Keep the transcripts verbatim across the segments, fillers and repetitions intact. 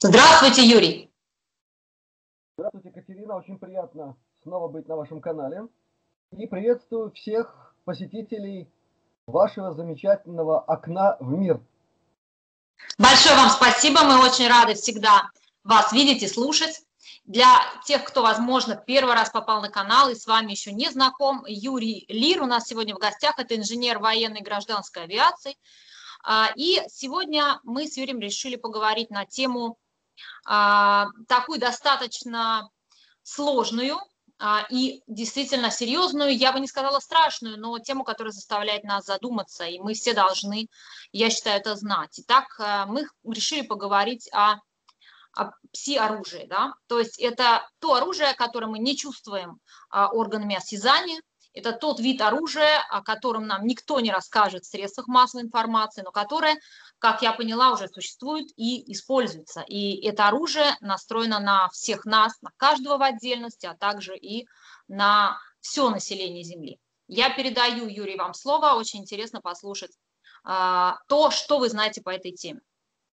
Здравствуйте, Юрий. Здравствуйте, Екатерина. Очень приятно снова быть на вашем канале. И приветствую всех посетителей вашего замечательного окна в мир. Большое вам спасибо. Мы очень рады всегда вас видеть и слушать. Для тех, кто, возможно, первый раз попал на канал и с вами еще не знаком, Юрий Лир у нас сегодня в гостях. Это инженер военной гражданской авиации. И сегодня мы с Юрием решили поговорить на тему такую достаточно сложную и действительно серьезную, я бы не сказала страшную, но тему, которая заставляет нас задуматься, и мы все должны, я считаю, это знать. Итак, мы решили поговорить о, о пси-оружии, да? То есть это то оружие, которое мы не чувствуем органами осязания, это тот вид оружия, о котором нам никто не расскажет в средствах массовой информации, но которое, как я поняла, уже существует и используется. И это оружие настроено на всех нас, на каждого в отдельности, а также и на все население Земли. Я передаю, Юрий, вам слово. Очень интересно послушать а, то, что вы знаете по этой теме.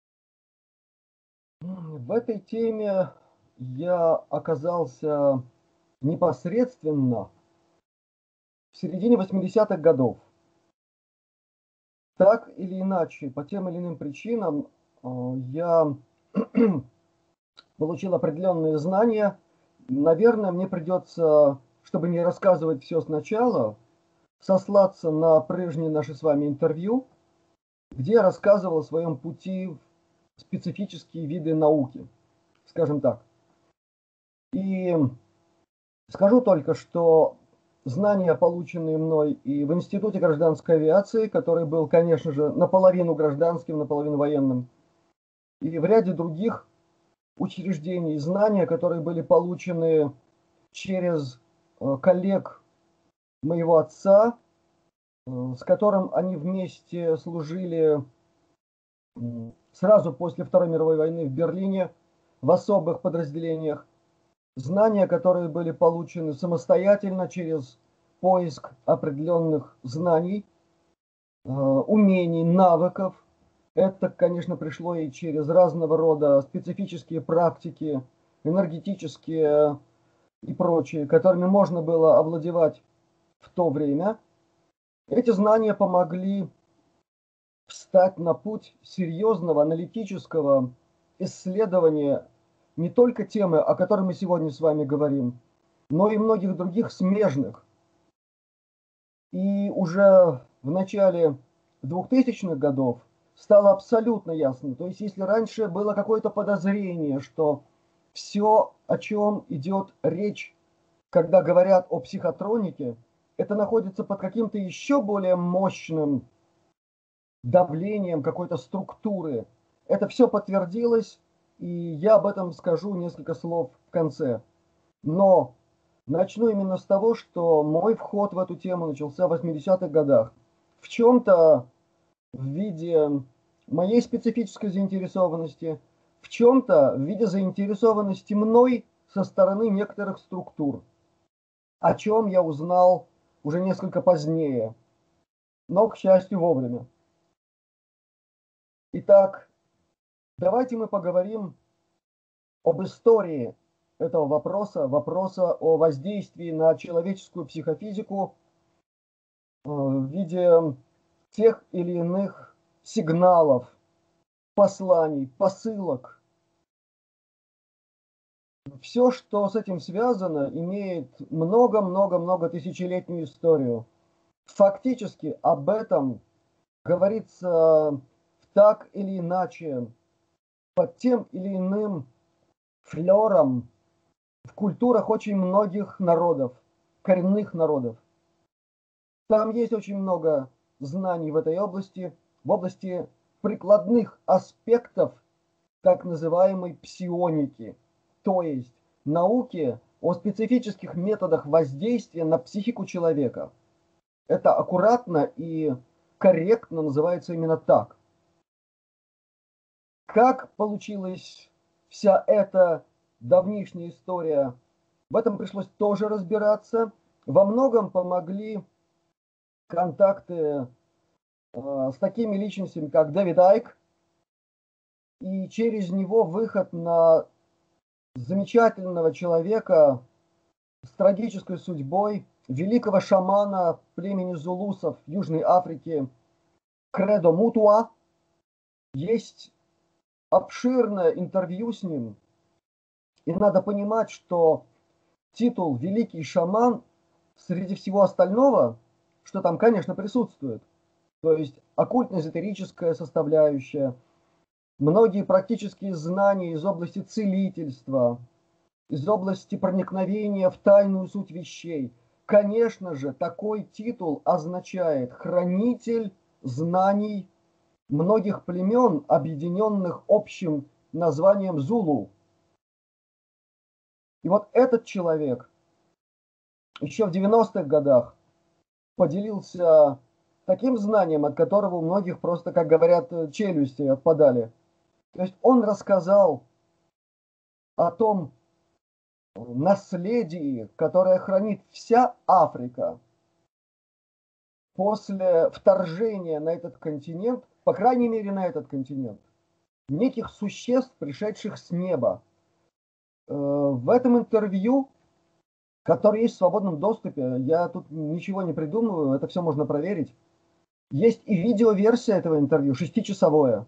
В этой теме я оказался непосредственно в середине восьмидесятых годов. Так или иначе, по тем или иным причинам, я получил определенные знания. Наверное, мне придется, чтобы не рассказывать все сначала, сослаться на прежние наши с вами интервью, где я рассказывал о своем пути в специфические виды науки, скажем так. И скажу только, что знания, полученные мной и в Институте гражданской авиации, который был, конечно же, наполовину гражданским, наполовину военным, и в ряде других учреждений, знания, которые были получены через коллег моего отца, с которым они вместе служили сразу после Второй мировой войны в Берлине в особых подразделениях. Знания, которые были получены самостоятельно через поиск определенных знаний, умений, навыков. Это, конечно, пришло и через разного рода специфические практики, энергетические и прочие, которыми можно было овладевать в то время. Эти знания помогли встать на путь серьезного аналитического исследования не только темы, о которой мы сегодня с вами говорим, но и многих других смежных. И уже в начале двухтысячных годов стало абсолютно ясно. То есть если раньше было какое-то подозрение, что все, о чем идет речь, когда говорят о психотронике, это находится под каким-то еще более мощным давлением какой-то структуры. Это все подтвердилось, и я об этом скажу несколько слов в конце. Но начну именно с того, что мой вход в эту тему начался в восьмидесятых годах. В чем-то в виде моей специфической заинтересованности, в чем-то в виде заинтересованности мной со стороны некоторых структур, о чем я узнал уже несколько позднее, но, к счастью, вовремя. Итак, давайте мы поговорим об истории этого вопроса, вопроса о воздействии на человеческую психофизику в виде тех или иных сигналов, посланий, посылок. Все, что с этим связано, имеет много-много-много тысячелетнюю историю. Фактически об этом говорится так или иначе, под тем или иным флером в культурах очень многих народов, коренных народов. Там есть очень много знаний в этой области, в области прикладных аспектов так называемой псионики, то есть науки о специфических методах воздействия на психику человека. Это аккуратно и корректно называется именно так. Как получилась вся эта давнишняя история, в этом пришлось тоже разбираться. Во многом помогли контакты э, с такими личностями, как Дэвид Айк, и через него выход на замечательного человека с трагической судьбой, великого шамана племени зулусов Южной Африки Кредо Мутуа. Есть обширное интервью с ним, и надо понимать, что титул «Великий шаман» среди всего остального, что там, конечно, присутствует, то есть оккультно-эзотерическая составляющая, многие практические знания из области целительства, из области проникновения в тайную суть вещей. Конечно же, такой титул означает хранитель знаний многих племен, объединенных общим названием Зулу. И вот этот человек еще в девяностых годах поделился таким знанием, от которого у многих просто, как говорят, челюсти отпадали. То есть он рассказал о том наследии, которое хранит вся Африка после вторжения на этот континент, по крайней мере на этот континент, неких существ, пришедших с неба. В этом интервью, которое есть в свободном доступе, я тут ничего не придумываю, это все можно проверить, есть и видеоверсия этого интервью, шестичасовое.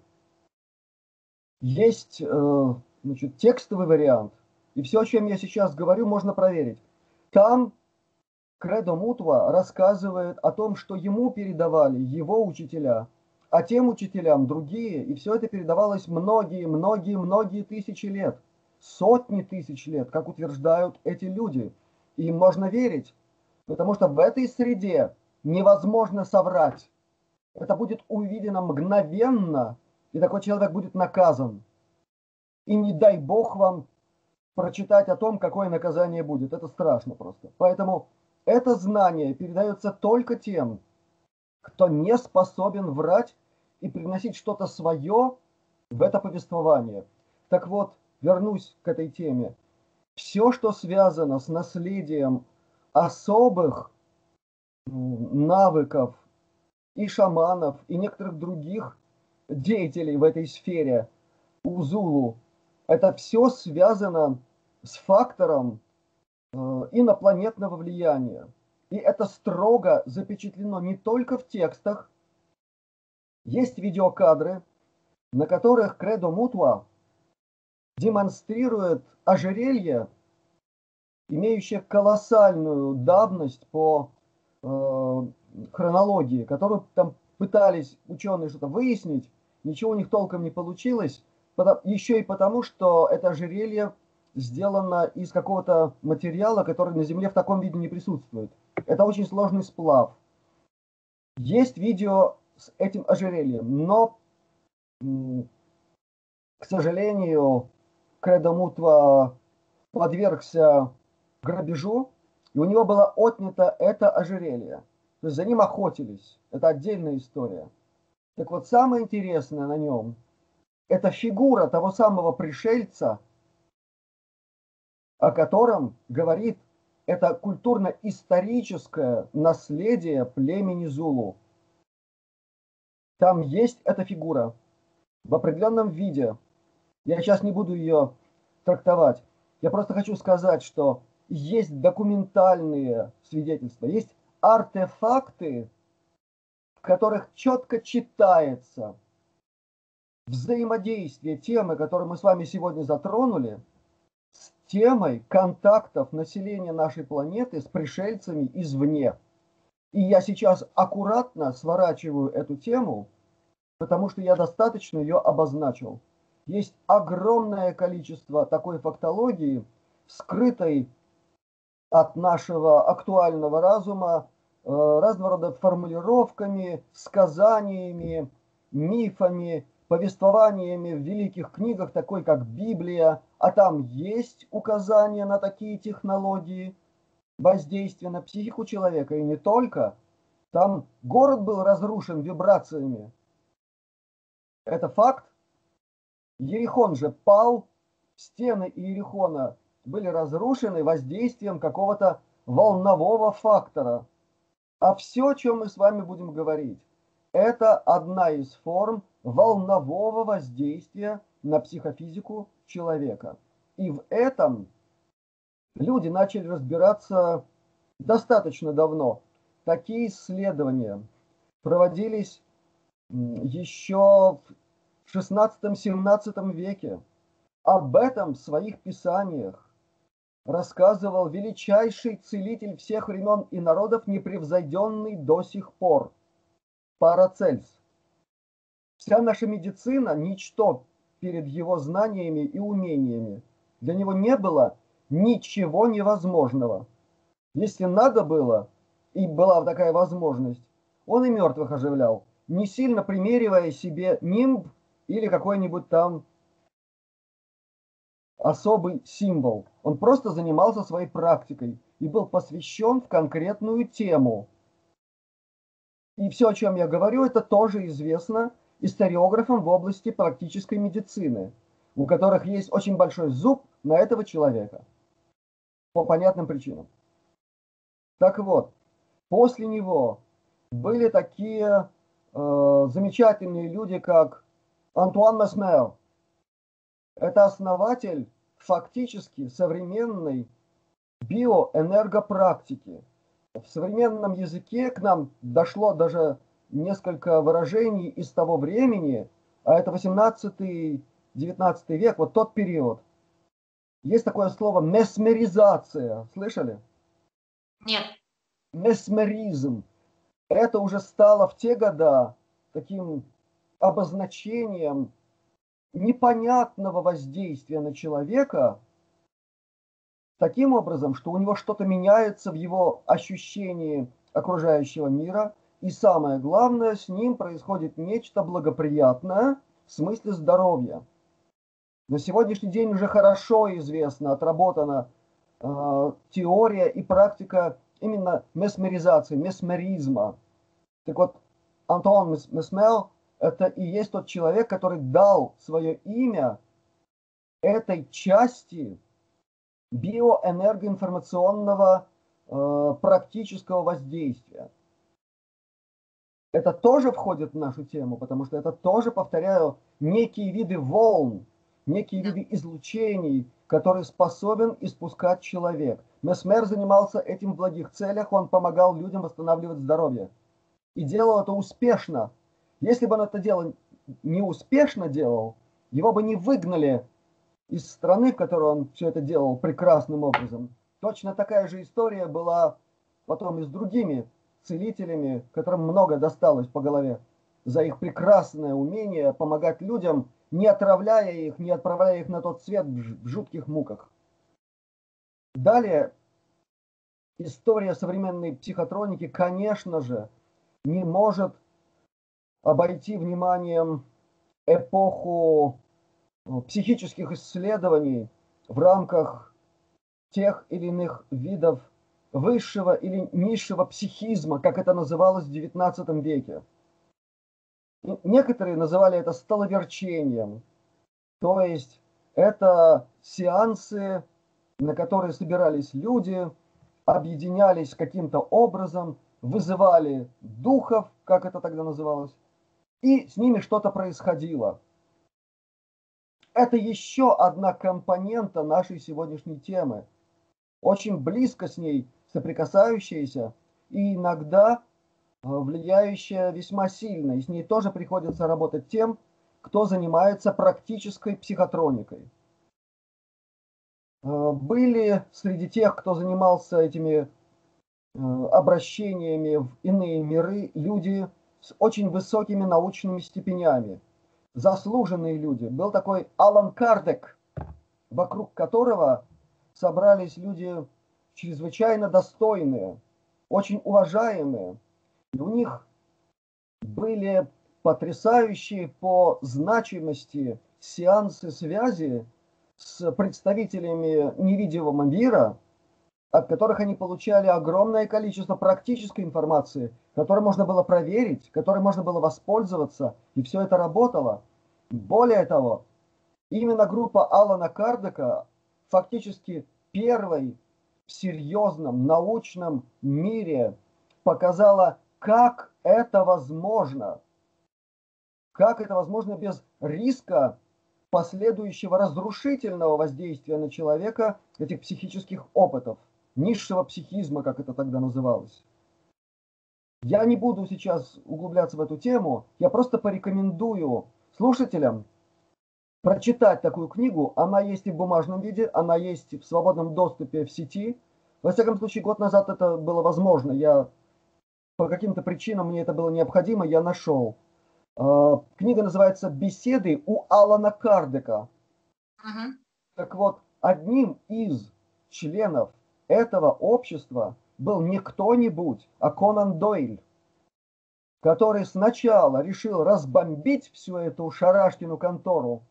Есть значит, текстовый вариант. И все, о чем я сейчас говорю, можно проверить. Там Кредо Мутуа рассказывает о том, что ему передавали его учителя, а тем учителям другие, и все это передавалось многие, многие, многие тысячи лет, сотни тысяч лет, как утверждают эти люди. И им можно верить, потому что в этой среде невозможно соврать. Это будет увидено мгновенно, и такой человек будет наказан. И не дай бог вам прочитать о том, какое наказание будет. Это страшно просто. Поэтому это знание передается только тем, кто не способен врать и приносить что-то свое в это повествование. Так вот, вернусь к этой теме. Все, что связано с наследием особых навыков и шаманов, и некоторых других деятелей в этой сфере у Зулу, это все связано с фактором э, инопланетного влияния. И это строго запечатлено не только в текстах. Есть видеокадры, на которых Кредо Мутуа демонстрирует ожерелье, имеющее колоссальную давность по э, хронологии, которую там пытались ученые что-то выяснить, ничего у них толком не получилось, потому, еще и потому, что это ожерелье сделано из какого-то материала, который на Земле в таком виде не присутствует. Это очень сложный сплав. Есть видео с этим ожерельем, но, к сожалению, Кредо Мутуа подвергся грабежу, и у него было отнято это ожерелье. То есть за ним охотились. Это отдельная история. Так вот, самое интересное на нем – это фигура того самого пришельца, о котором говорит это культурно-историческое наследие племени Зулу. Там есть эта фигура в определенном виде. Я сейчас не буду ее трактовать. Я просто хочу сказать, что есть документальные свидетельства, есть артефакты, в которых четко читается взаимодействие темы, которую мы с вами сегодня затронули, с темой контактов населения нашей планеты с пришельцами извне. И я сейчас аккуратно сворачиваю эту тему, потому что я достаточно ее обозначил. Есть огромное количество такой фактологии, скрытой от нашего актуального разума, разного рода формулировками, сказаниями, мифами, повествованиями в великих книгах, такой как Библия, а там есть указания на такие технологии воздействия на психику человека, и не только. Там город был разрушен вибрациями. Это факт. Иерихон же пал, стены Иерихона были разрушены воздействием какого-то волнового фактора. А все, о чем мы с вами будем говорить, это одна из форм волнового воздействия на психофизику человека. И в этом люди начали разбираться достаточно давно. Такие исследования проводились еще в шестнадцатом-семнадцатом веке. Об этом в своих писаниях рассказывал величайший целитель всех времен и народов, непревзойденный до сих пор, Парацельс. Вся наша медицина – ничто перед его знаниями и умениями. Для него не было ничего невозможного. Если надо было, и была такая возможность, он и мертвых оживлял, не сильно примеривая себе нимб или какой-нибудь там особый символ. Он просто занимался своей практикой и был посвящен в конкретную тему. И все, о чем я говорю, это тоже известно историографам в области практической медицины, у которых есть очень большой зуб на этого человека. По понятным причинам. Так вот, после него были такие э, замечательные люди, как Антуан Месмер. Это основатель фактически современной биоэнергопрактики. В современном языке к нам дошло даже несколько выражений из того времени, а это восемнадцатый-девятнадцатый век, вот тот период. Есть такое слово месмеризация. Слышали? Нет. Месмеризм. Это уже стало в те года таким обозначением непонятного воздействия на человека, таким образом, что у него что-то меняется в его ощущении окружающего мира, и самое главное, с ним происходит нечто благоприятное в смысле здоровья. На сегодняшний день уже хорошо известно, отработана э, теория и практика именно месмеризации, месмеризма. Так вот, Антуан Месмер – это и есть тот человек, который дал свое имя этой части биоэнергоинформационного э, практического воздействия. Это тоже входит в нашу тему, потому что это тоже, повторяю, некие виды волн, некие виды излучений, которые способен испускать человек. Месмер занимался этим в благих целях, он помогал людям восстанавливать здоровье. И делал это успешно. Если бы он это дело не успешно делал, его бы не выгнали из страны, в которой он все это делал прекрасным образом. Точно такая же история была потом и с другими целителями, которым много досталось по голове за их прекрасное умение помогать людям, не отравляя их, не отправляя их на тот свет в жутких муках. Далее, история современной психотроники, конечно же, не может обойти вниманием эпоху психических исследований в рамках тех или иных видов высшего или низшего психизма, как это называлось в девятнадцатом веке. И некоторые называли это столоверчением, то есть это сеансы, на которые собирались люди, объединялись каким-то образом, вызывали духов, как это тогда называлось, и с ними что-то происходило. Это еще одна компонента нашей сегодняшней темы, очень близко с ней соприкасающаяся и иногда влияющая весьма сильно. И с ней тоже приходится работать тем, кто занимается практической психотроникой. Были среди тех, кто занимался этими обращениями в иные миры, люди с очень высокими научными степенями, заслуженные люди. Был такой Алан Кардек, вокруг которого собрались люди чрезвычайно достойные, очень уважаемые. И у них были потрясающие по значимости сеансы связи с представителями невидимого мира, от которых они получали огромное количество практической информации, которой можно было проверить, которой можно было воспользоваться, и все это работало. Более того, именно группа Алана Кардека фактически первой в серьезном научном мире показала, как это возможно. Как это возможно без риска последующего разрушительного воздействия на человека этих психических опытов, низшего психизма, как это тогда называлось. Я не буду сейчас углубляться в эту тему, я просто порекомендую слушателям прочитать такую книгу. Она есть и в бумажном виде, она есть в свободном доступе в сети. Во всяком случае, год назад это было возможно. Я по каким-то причинам, мне это было необходимо, я нашел. Книга называется «Беседы у Алана Кардека». Uh-huh. Так вот, одним из членов этого общества был не кто-нибудь, а Конан Дойль, который сначала решил разбомбить всю эту шарашкину контору,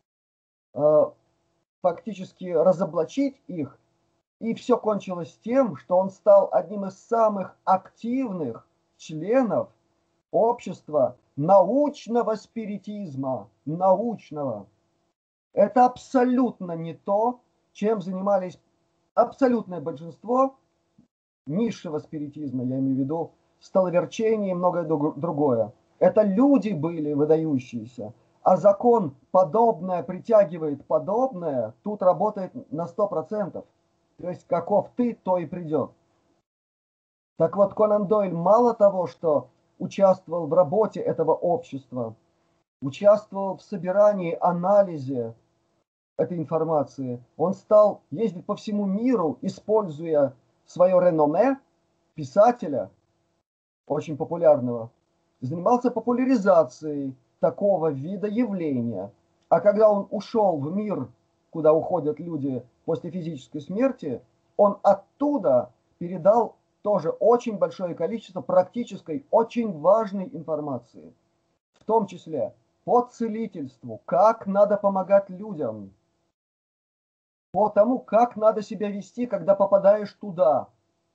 фактически разоблачить их, и все кончилось тем, что он стал одним из самых активных членов общества научного спиритизма. Научного. Это абсолютно не то, чем занимались абсолютное большинство низшего спиритизма, я имею в виду столоверчение и многое другое. Это люди были выдающиеся, а закон подобное притягивает подобное, тут работает на сто процентов. То есть каков ты, то и придет. Так вот, Конан Дойль мало того, что участвовал в работе этого общества, участвовал в собирании, анализе этой информации, он стал ездить по всему миру, используя свое реноме писателя, очень популярного, занимался популяризацией такого вида явления. А когда он ушел в мир, куда уходят люди после физической смерти, он оттуда передал тоже очень большое количество практической, очень важной информации, в том числе по целительству, как надо помогать людям, по тому, как надо себя вести, когда попадаешь туда,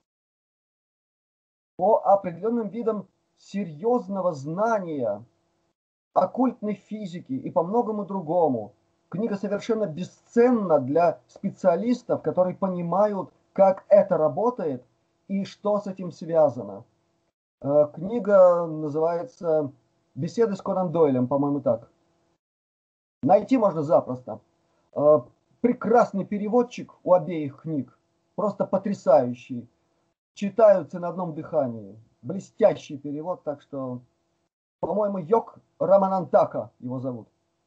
по определенным видам серьезного знания оккультной физики и по многому другому. Книга совершенно бесценна для специалистов, которые понимают, как это работает и что с этим связано. Книга называется «Беседы с Конан Дойлем», по-моему, так. Найти можно запросто. Прекрасный переводчик у обеих книг, просто потрясающий. Читаются на одном дыхании. Блестящий перевод, так что, по-моему, Йог Раманантака его зовут.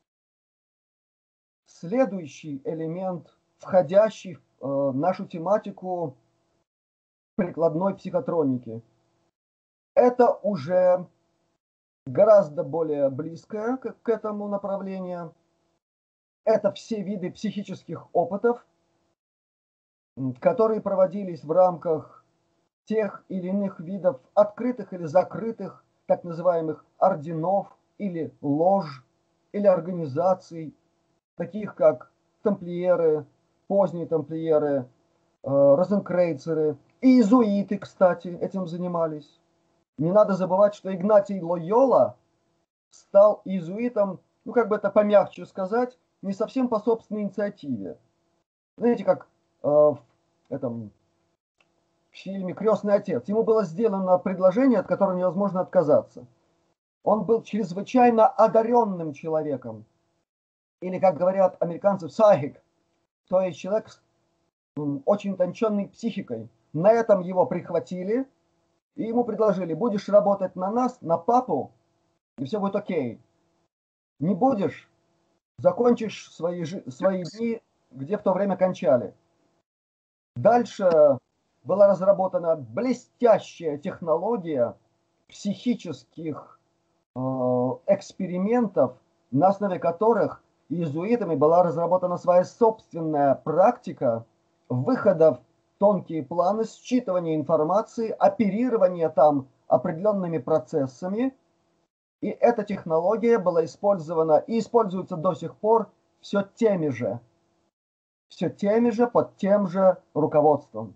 Следующий элемент, входящий в э, нашу тематику прикладной психотроники, это уже гораздо более близкое к, к этому направлению. Это все виды психических опытов, которые проводились в рамках тех или иных видов открытых или закрытых, так называемых орденов или лож, или организаций, таких как тамплиеры, поздние тамплиеры, э, розенкрейцеры и иезуиты, кстати, этим занимались. Не надо забывать, что Игнатий Лойола стал иезуитом, ну как бы это помягче сказать, не совсем по собственной инициативе. Знаете, как э, в этом в фильме «Крестный отец». Ему было сделано предложение, от которого невозможно отказаться. Он был чрезвычайно одаренным человеком. Или, как говорят американцы, psychic, то есть человек с очень утонченной психикой. На этом его прихватили, и ему предложили: будешь работать на нас, на папу, и все будет окей. Не будешь, закончишь свои, свои дни, где в то время кончали. Дальше была разработана блестящая технология психических э, экспериментов, на основе которых иезуитами была разработана своя собственная практика выхода в тонкие планы, считывания информации, оперирования там определенными процессами. И эта технология была использована и используется до сих пор все теми же, все теми же под тем же руководством.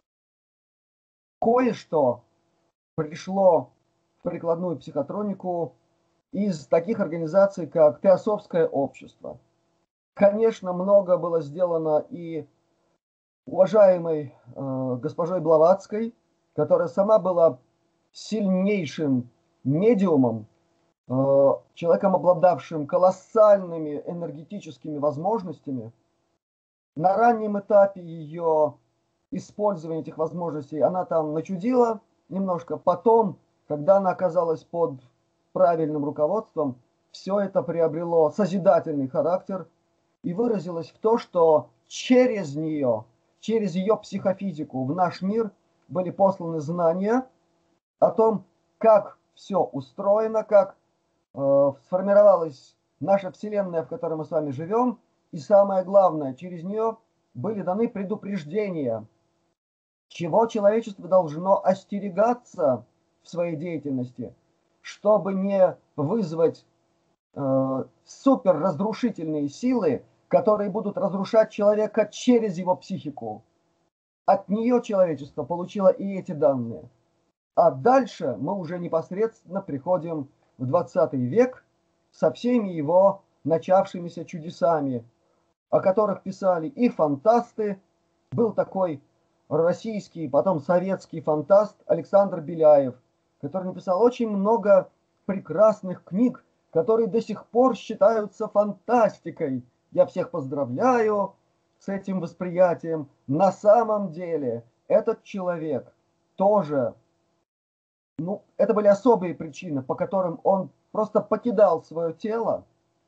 Кое-что пришло в прикладную психотронику из таких организаций, как Теософское общество. Конечно, много было сделано и уважаемой э, госпожой Блаватской, которая сама была сильнейшим медиумом человеком, обладавшим колоссальными энергетическими возможностями. На раннем этапе ее использования этих возможностей она там начудила немножко. Потом, когда она оказалась под правильным руководством, все это приобрело созидательный характер и выразилось в то, что через нее, через ее психофизику в наш мир были посланы знания о том, как все устроено, как э, сформировалась наша Вселенная, в которой мы с вами живем, и самое главное, через нее были даны предупреждения, чего человечество должно остерегаться в своей деятельности, чтобы не вызвать э, суперразрушительные силы, которые будут разрушать человека через его психику. От нее человечество получило и эти данные. А дальше мы уже непосредственно приходим в двадцатый век со всеми его начавшимися чудесами, о которых писали и фантасты. Был такой российский, потом советский фантаст Александр Беляев, который написал очень много прекрасных книг, которые до сих пор считаются фантастикой. Я всех поздравляю с этим восприятием. На самом деле этот человек тоже, ну, это были особые причины, по которым он просто покидал свое тело.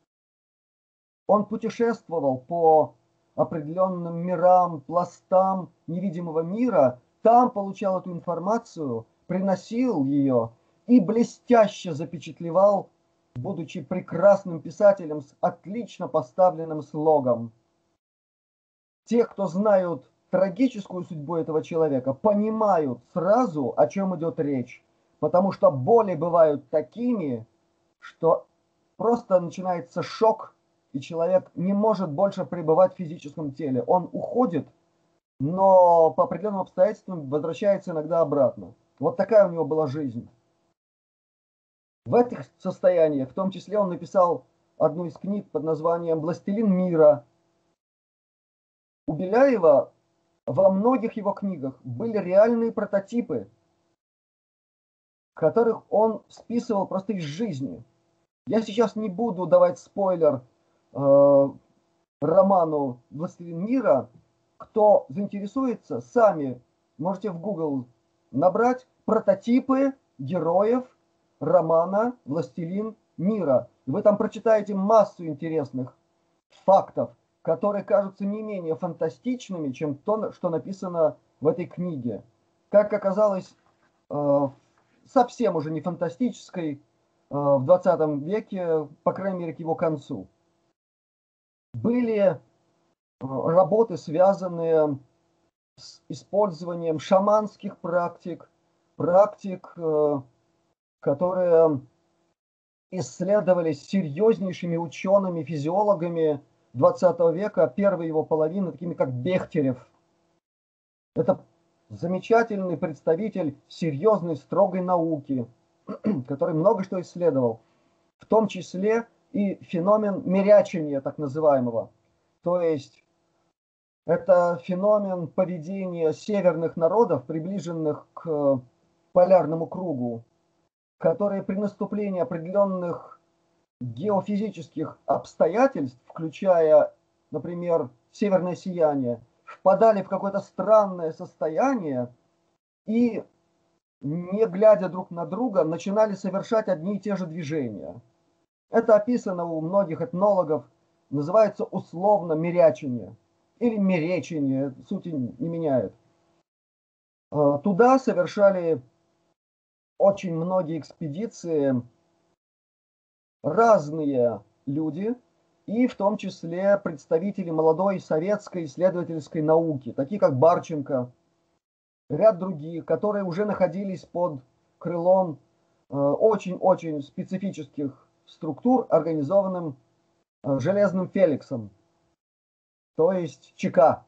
Он путешествовал по определенным мирам, пластам невидимого мира, там получал эту информацию, приносил ее и блестяще запечатлевал, будучи прекрасным писателем с отлично поставленным слогом. Те, кто знают трагическую судьбу этого человека, понимают сразу, о чем идет речь, потому что боли бывают такими, что просто начинается шок, и человек не может больше пребывать в физическом теле. Он уходит, но по определенным обстоятельствам возвращается иногда обратно. Вот такая у него была жизнь. В этих состояниях, в том числе, он написал одну из книг под названием «Властелин мира». У Беляева во многих его книгах были реальные прототипы, которых он списывал просто из жизни. Я сейчас не буду давать спойлер э, роману «Властелин мира». Кто заинтересуется, сами можете в Google набрать прототипы героев романа «Властелин мира». Вы там прочитаете массу интересных фактов, которые кажутся не менее фантастичными, чем то, что написано в этой книге. Как оказалось, э, совсем уже не фантастической в двадцатом веке, по крайней мере, к его концу. Были работы, связанные с использованием шаманских практик, практик, которые исследовались серьезнейшими учеными, физиологами двадцатого века, первой его половины, такими как Бехтерев. Это замечательный представитель серьезной, строгой науки, который много что исследовал, в том числе и феномен мирячения, так называемого. То есть это феномен поведения северных народов, приближенных к полярному кругу, которые при наступлении определенных геофизических обстоятельств, включая, например, северное сияние, впадали в какое-то странное состояние и, не глядя друг на друга, начинали совершать одни и те же движения. Это описано у многих этнологов, называется условно мирячение или меречение, сути не меняет. Туда совершали очень многие экспедиции разные люди, и в том числе представители молодой советской исследовательской науки, такие как Барченко, ряд других, которые уже находились под крылом очень-очень специфических структур, организованным Железным Феликсом, то есть ЧК.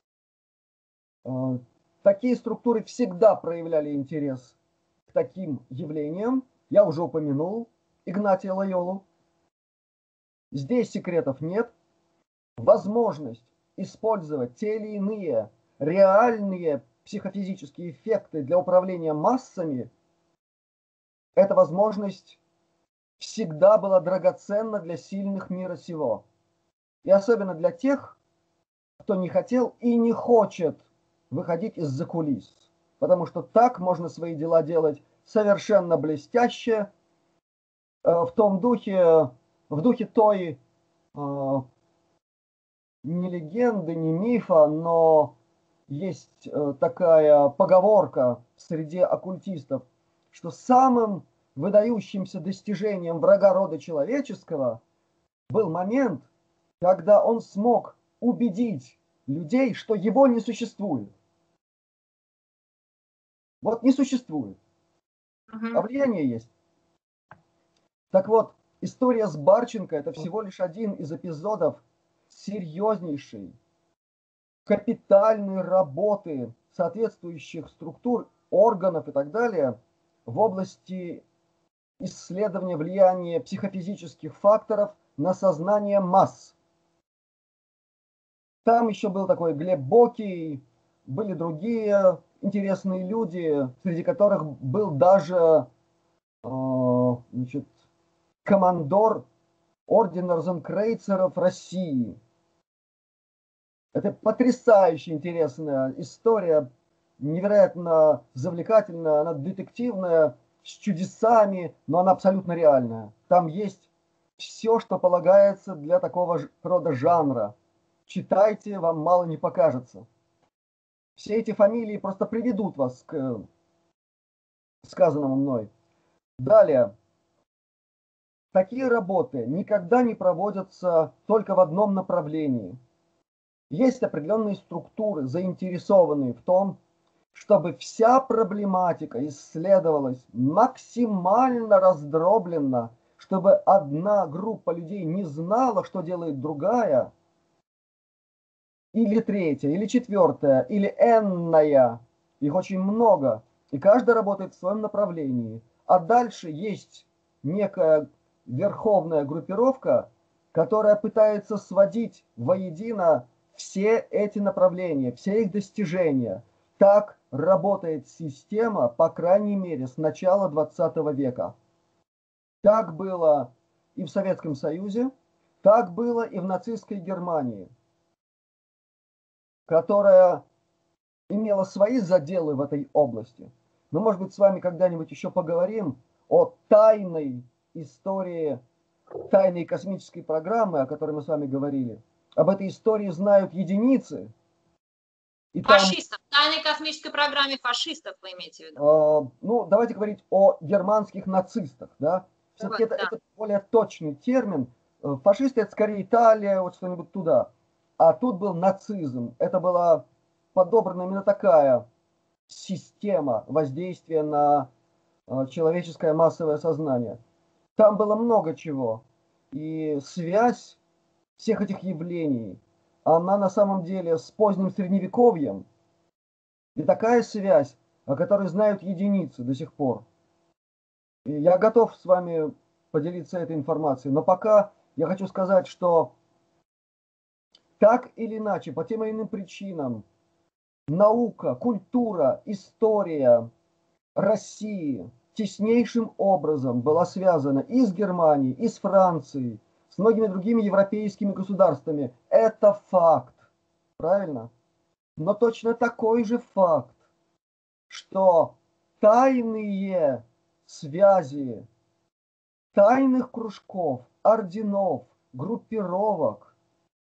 Такие структуры всегда проявляли интерес к таким явлениям. Я уже упомянул Игнатия Лойолу. Здесь секретов нет. Возможность использовать те или иные реальные психофизические эффекты для управления массами – это возможность всегда была драгоценна для сильных мира сего. И особенно для тех, кто не хотел и не хочет выходить из-за кулис. Потому что так можно свои дела делать совершенно блестяще, в том духе, в духе той не легенды, не мифа, но есть такая поговорка среди оккультистов, что самым выдающимся достижением врага рода человеческого был момент, когда он смог убедить людей, что его не существует. Вот не существует. А влияние есть. Так вот, история с Барченко – это всего лишь один из эпизодов серьезнейшей, капитальной работы соответствующих структур, органов и так далее в области исследования влияния психофизических факторов на сознание масс. Там еще был такой Глеб Бокий, были другие интересные люди, среди которых был даже э, значит, командор ордена Розенкрейцеров России. Это потрясающе интересная история, невероятно завлекательная, она детективная, с чудесами, но она абсолютно реальная. Там есть все, что полагается для такого рода жанра. Читайте, вам мало не покажется. Все эти фамилии просто приведут вас к сказанному мной. Далее. Такие работы никогда не проводятся только в одном направлении. Есть определенные структуры, заинтересованные в том, чтобы вся проблематика исследовалась максимально раздробленно, чтобы одна группа людей не знала, что делает другая, или третья, или четвертая, или энная. Их очень много, и каждая работает в своем направлении. А дальше есть некая верховная группировка, которая пытается сводить воедино все эти направления, все их достижения. Так работает система, по крайней мере, с начала двадцатого века. Так было и в Советском Союзе, так было и в нацистской Германии, которая имела свои заделы в этой области. Мы, может быть, с вами когда-нибудь еще поговорим о тайной истории, тайной космической программы, о которой мы с вами говорили. Об этой истории знают единицы. И фашистов. Там, тайной космической программе фашистов вы имеете в виду? Э, ну, давайте говорить о германских нацистах. Да? Все-таки это, да. это более точный термин. Фашисты – это скорее Италия, вот что-нибудь туда. А тут был нацизм. Это была подобрана именно такая система воздействия на э, человеческое массовое сознание. Там было много чего. И связь всех этих явлений, она на самом деле с поздним средневековьем. И такая связь, о которой знают единицы до сих пор. И я готов с вами поделиться этой информацией. Но пока я хочу сказать, что так или иначе, по тем или иным причинам, наука, культура, история России теснейшим образом была связана и с Германией, и с Францией, с многими другими европейскими государствами. Это факт. Правильно? Но точно такой же факт, что тайные связи тайных кружков, орденов, группировок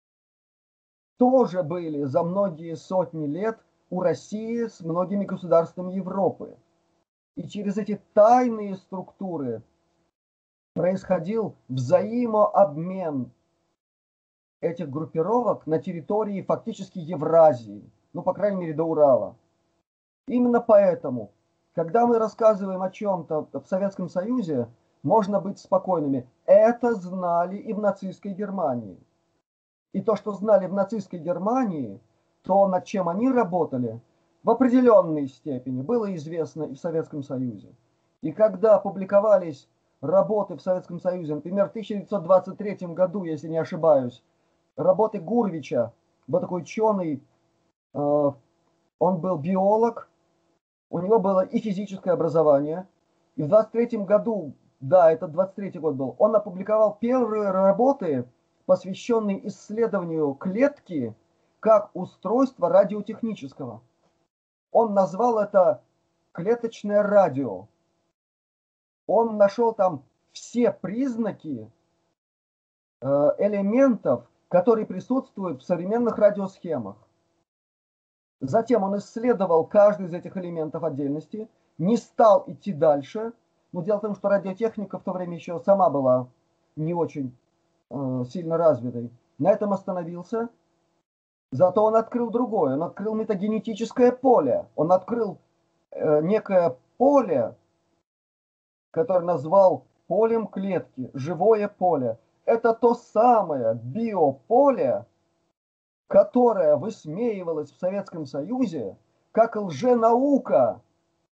тоже были за многие сотни лет у России с многими государствами Европы. И через эти тайные структуры происходил взаимообмен этих группировок на территории фактически Евразии, ну, по крайней мере, до Урала. Именно поэтому, когда мы рассказываем о чем-то в Советском Союзе, можно быть спокойными. Это знали и в нацистской Германии. И то, что знали в нацистской Германии, то, над чем они работали, в определенной степени было известно и в Советском Союзе. И когда публиковались работы в Советском Союзе, например, в тысяча девятьсот двадцать третьем году, если не ошибаюсь, работы Гурвича, был такой ученый, э, он был биолог, у него было и физическое образование, и в двадцать третьем году да, это двадцать третий год был, он опубликовал первые работы, посвященные исследованию клетки как устройства радиотехнического. Он назвал это клеточное радио. Он нашел там все признаки э, элементов, которые присутствуют в современных радиосхемах. Затем он исследовал каждый из этих элементов отдельности, не стал идти дальше. Но дело в том, что радиотехника в то время еще сама была не очень э, сильно развитой. На этом остановился. Зато он открыл другое. Он открыл метагенетическое поле. Он открыл э, некое поле, которое назвал полем клетки, живое поле. Это то самое биополе, которое высмеивалось в Советском Союзе как лженаука.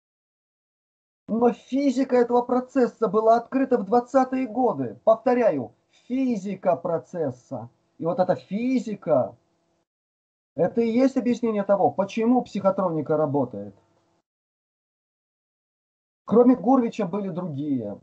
Но физика этого процесса была открыта в двадцатые годы. Повторяю, физика процесса. И вот эта физика, это и есть объяснение того, почему психотроника работает. Кроме Гурвича были другие.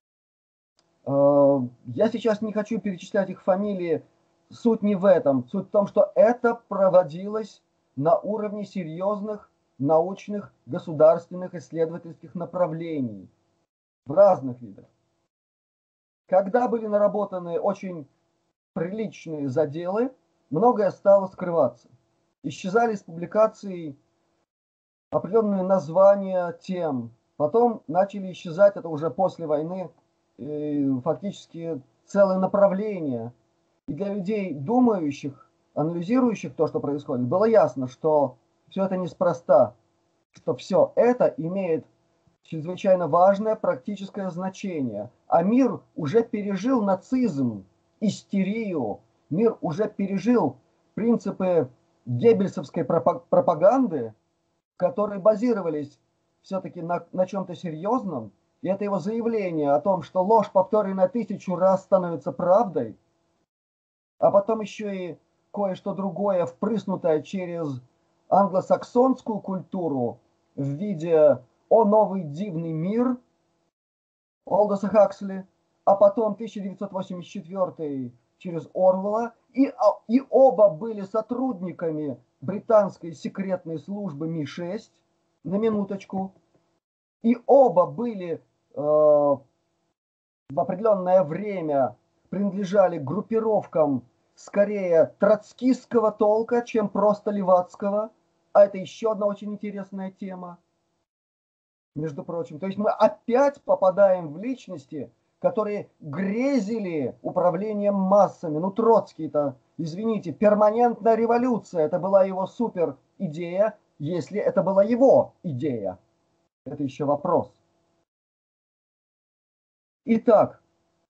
Я сейчас не хочу перечислять их фамилии. Суть не в этом. Суть в том, что это проводилось на уровне серьезных научных, государственных, исследовательских направлений в разных видах. Когда были наработаны очень приличные заделы, многое стало скрываться. Исчезали из публикаций определенные названия тем. Потом начали исчезать, это уже после войны, фактически целое направление. И для людей, думающих, анализирующих то, что происходит, было ясно, что все это неспроста, что все это имеет чрезвычайно важное практическое значение. А мир уже пережил нацизм, истерию, мир уже пережил принципы геббельсовской пропаганды, которые базировались все-таки на, на чем-то серьезном. И это его заявление о том, что ложь, повторенная тысячу раз, становится правдой, а потом еще и кое-что другое, впрыснутое через англосаксонскую культуру в виде «О новый дивный мир» Олдоса Хаксли, а потом тысяча девятьсот восемьдесят четвёртый через Орвелла, и, и оба были сотрудниками британской секретной службы Ми шесть, на минуточку, и оба были э, в определенное время принадлежали группировкам скорее троцкистского толка, чем просто левацкого. А это еще одна очень интересная тема, между прочим. То есть мы опять попадаем в личности, которые грезили управлением массами. Ну, Троцкий-то, извините, перманентная революция, это была его супер идея, если это была его идея. Это еще вопрос. Итак,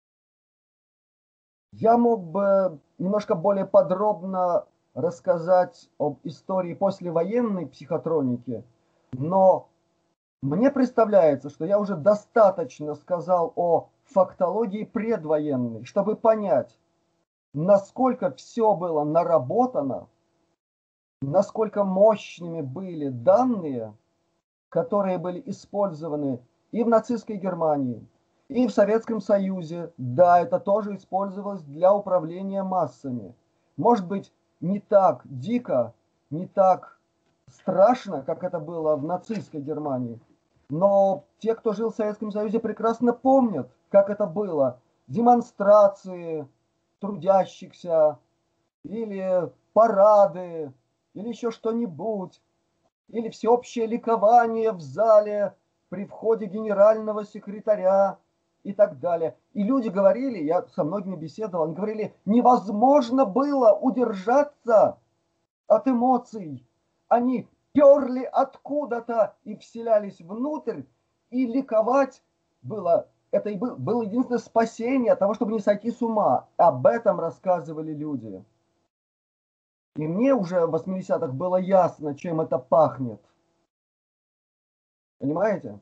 я мог бы немножко более подробно рассказать об истории послевоенной психотроники, но мне представляется, что я уже достаточно сказал о фактологии предвоенной, чтобы понять, насколько все было наработано, насколько мощными были данные, которые были использованы и в нацистской Германии, и в Советском Союзе. Да, это тоже использовалось для управления массами. Может быть, не так дико, не так страшно, как это было в нацистской Германии. Но те, кто жил в Советском Союзе, прекрасно помнят, как это было. Демонстрации трудящихся, или парады, или еще что-нибудь, или всеобщее ликование в зале при входе генерального секретаря и так далее. И люди говорили, я со многими беседовал, они говорили, невозможно было удержаться от эмоций. Они перли откуда-то и вселялись внутрь, и ликовать было, это и было единственное спасение от того, чтобы не сойти с ума. Об этом рассказывали люди. И мне уже в восьмидесятых было ясно, чем это пахнет. Понимаете?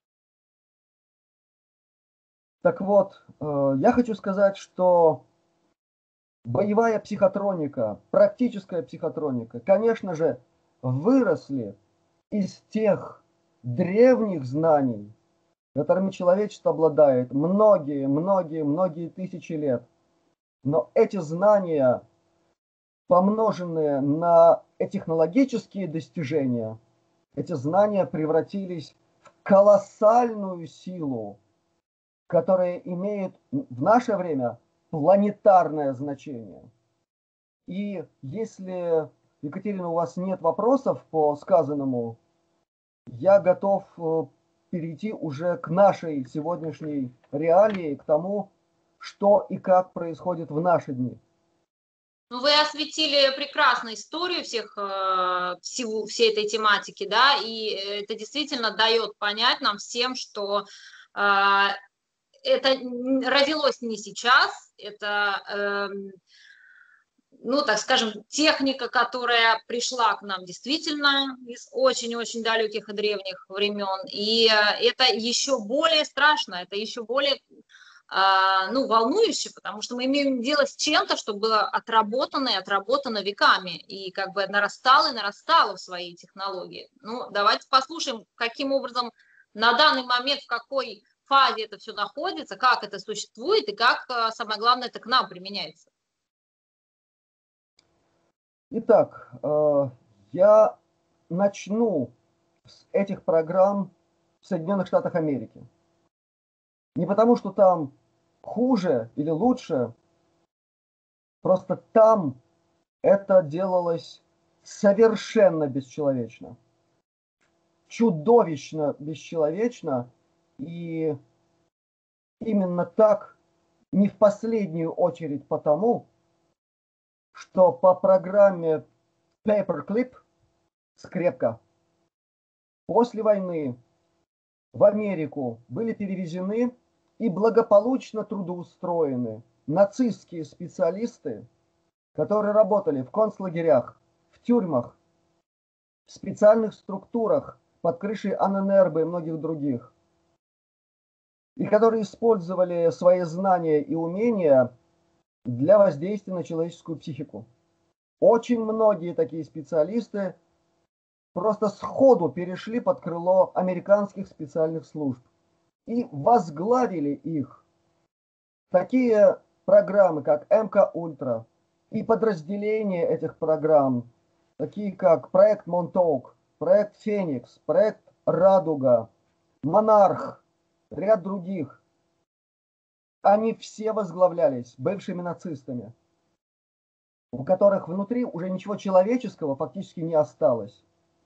Так вот, я хочу сказать, что боевая психотроника, практическая психотроника, конечно же, выросли из тех древних знаний, которыми человечество обладает многие, многие, многие тысячи лет. Но эти знания, помноженные на технологические достижения, эти знания превратились в колоссальную силу, которая имеет в наше время планетарное значение. И если, Екатерина, у вас нет вопросов по сказанному, я готов перейти уже к нашей сегодняшней реалии, к тому, что и как происходит в наши дни. Ну, вы осветили прекрасно историю всех, всего, всей этой тематики, да, и это действительно дает понять нам всем, что это родилось не сейчас, это, ну, так скажем, техника, которая пришла к нам действительно из очень-очень далеких и древних времен, и это еще более страшно, это еще более, ну, волнующе, потому что мы имеем дело с чем-то, что было отработано и отработано веками, и как бы нарастало и нарастало в своей технологии. Ну, давайте послушаем, каким образом на данный момент, в какой фазе это все находится, как это существует и как, самое главное, это к нам применяется. Итак, я начну с этих программ в Соединенных Штатах Америки. Не потому, что там хуже или лучше, просто там это делалось совершенно бесчеловечно, чудовищно бесчеловечно, и именно так, не в последнюю очередь потому, что по программе Paperclip, скрепка, после войны в Америку были перевезены и благополучно трудоустроены нацистские специалисты, которые работали в концлагерях, в тюрьмах, в специальных структурах под крышей Анненербе и многих других, и которые использовали свои знания и умения для воздействия на человеческую психику. Очень многие такие специалисты просто сходу перешли под крыло американских специальных служб и возглавили их. Такие программы, как эм ка Ультра, и подразделения этих программ, такие как проект Монтоук, проект Феникс, проект Радуга, Монарх, ряд других, они все возглавлялись бывшими нацистами, у которых внутри уже ничего человеческого фактически не осталось.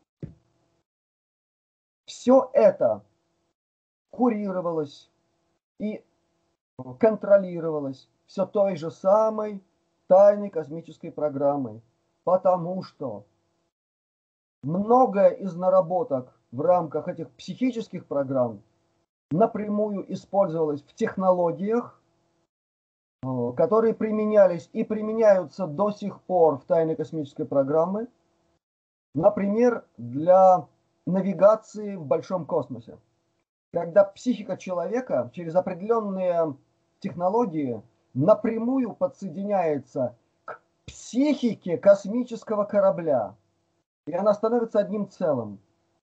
Все это курировалось и контролировалось все той же самой тайной космической программой, потому что многое из наработок в рамках этих психических программ напрямую использовалось в технологиях, которые применялись и применяются до сих пор в тайной космической программе, например, для навигации в большом космосе. Когда психика человека через определенные технологии напрямую подсоединяется к психике космического корабля, и она становится одним целым.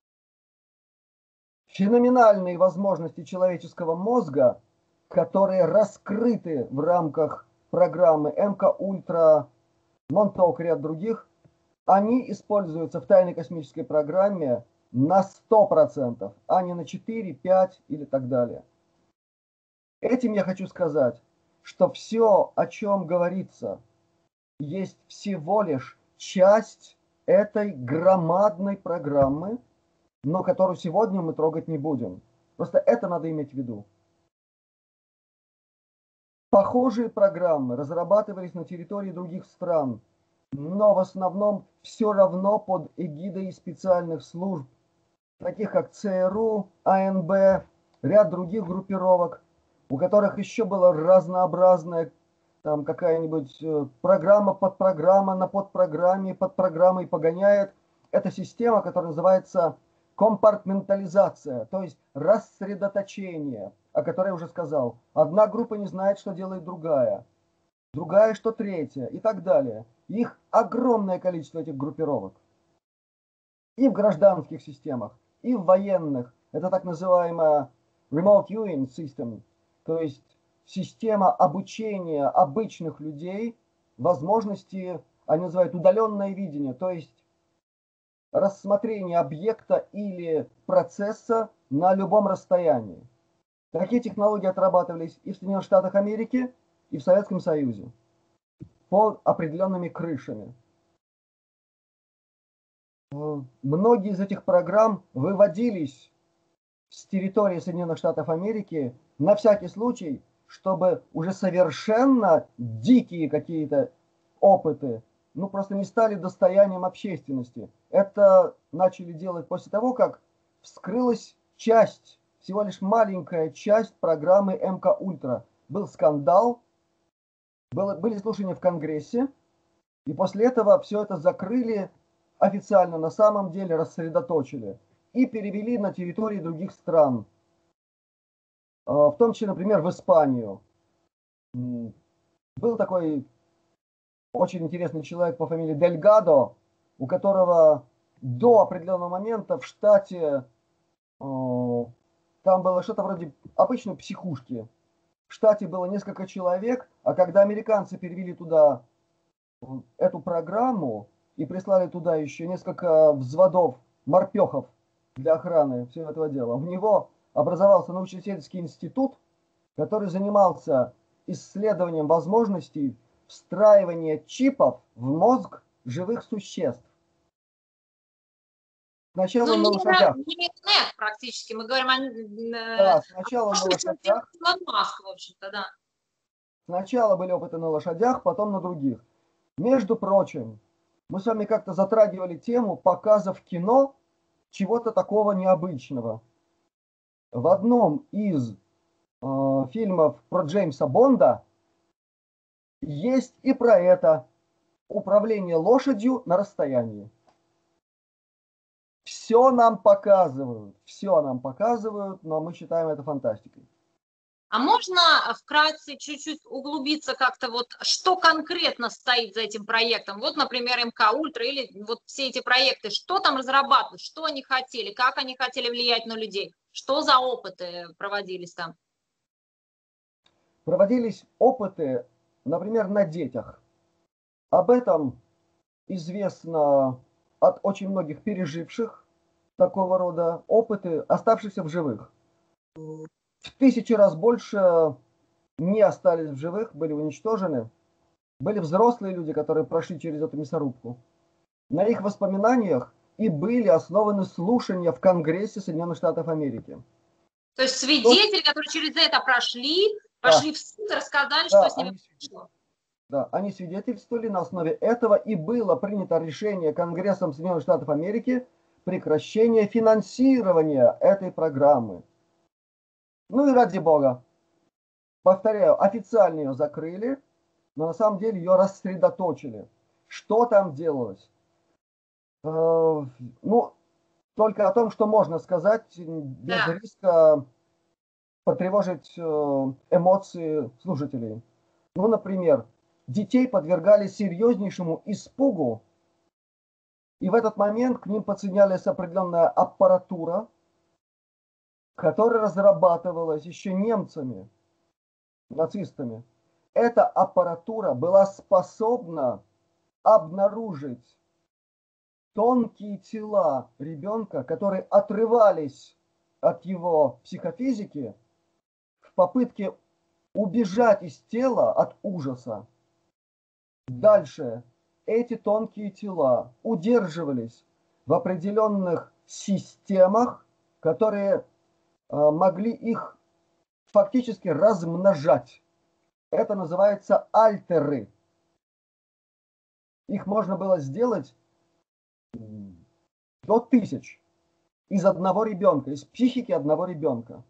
Феноменальные возможности человеческого мозга, которые раскрыты в рамках программы эм ка Ультра, Монтоук и ряд других, они используются в тайной космической программе на сто процентов, а не на четыре, пять или так далее. Этим я хочу сказать, что все, о чем говорится, есть всего лишь часть этой громадной программы, но которую сегодня мы трогать не будем. Просто это надо иметь в виду. Похожие программы разрабатывались на территории других стран, но в основном все равно под эгидой специальных служб, таких как цэ эр у, а эн бэ, ряд других группировок, у которых еще была разнообразная там какая-нибудь программа, подпрограмма на подпрограмме, подпрограммой погоняет. Это система, которая называется компартментализация, то есть рассредоточение, о которой я уже сказал. Одна группа не знает, что делает другая, другая, что третья и так далее. Их огромное количество, этих группировок. И в гражданских системах, и в военных. Это так называемая remote viewing system, то есть система обучения обычных людей возможности, они называют удаленное видение, то есть рассмотрение объекта или процесса на любом расстоянии. Такие технологии отрабатывались и в Соединенных Штатах Америки, и в Советском Союзе под определенными крышами. Многие из этих программ выводились с территории Соединенных Штатов Америки на всякий случай, чтобы уже совершенно дикие какие-то опыты, ну, просто не стали достоянием общественности. Это начали делать после того, как вскрылась часть, всего лишь маленькая часть программы эм ка Ультра. Был скандал, было, были слушания в Конгрессе, и после этого все это закрыли официально, на самом деле рассредоточили и перевели на территории других стран. В том числе, например, в Испанию. Был такой очень интересный человек по фамилии Дельгадо, у которого до определенного момента в штате там было что-то вроде обычной психушки. В штате было несколько человек, а когда американцы перевели туда эту программу и прислали туда еще несколько взводов морпехов для охраны всего этого дела, у него образовался научно-исследовательский институт, который занимался исследованием возможностей встраивания чипов в мозг живых существ. Сначала ну, на лошадях. Не интернет практически, мы говорим о... Да, сначала о... на лошадях. Маск, в общем-то, да. Сначала были опыты на лошадях, потом на других. Между прочим, мы с вами как-то затрагивали тему показа в кино чего-то такого необычного. В одном из э, фильмов про Джеймса Бонда есть и про это управление лошадью на расстоянии. Все нам показывают, все нам показывают, но мы считаем это фантастикой. А можно вкратце чуть-чуть углубиться как-то, вот что конкретно стоит за этим проектом? Вот, например, эм ка Ультра или вот все эти проекты, что там разрабатывают, что они хотели, как они хотели влиять на людей, что за опыты проводились там? Проводились опыты, например, на детях. Об этом известно от очень многих переживших такого рода опыты, оставшихся в живых. В тысячи раз больше не остались в живых, были уничтожены. Были взрослые люди, которые прошли через эту мясорубку. На их воспоминаниях и были основаны слушания в Конгрессе Соединенных Штатов Америки. То есть свидетели, которые через это прошли, пошли да. в суд и рассказали, да, что с ними произошло. Да, они свидетельствовали, на основе этого и было принято решение Конгрессом Соединенных Штатов Америки прекращение финансирования этой программы. Ну и ради бога. Повторяю, официально ее закрыли, но на самом деле ее рассредоточили. Что там делалось? Э, ну, только о том, что можно сказать, без Да. риска потревожить эмоции слушателей. Ну, например, детей подвергали серьезнейшему испугу, и в этот момент к ним подсоединялась определенная аппаратура, которая разрабатывалась еще немцами, нацистами. Эта аппаратура была способна обнаружить тонкие тела ребенка, которые отрывались от его психофизики в попытке убежать из тела от ужаса. Дальше эти тонкие тела удерживались в определенных системах, которые э, могли их фактически размножать. Это называется альтеры. Их можно было сделать до тысяч из одного ребенка, из психики одного ребенка.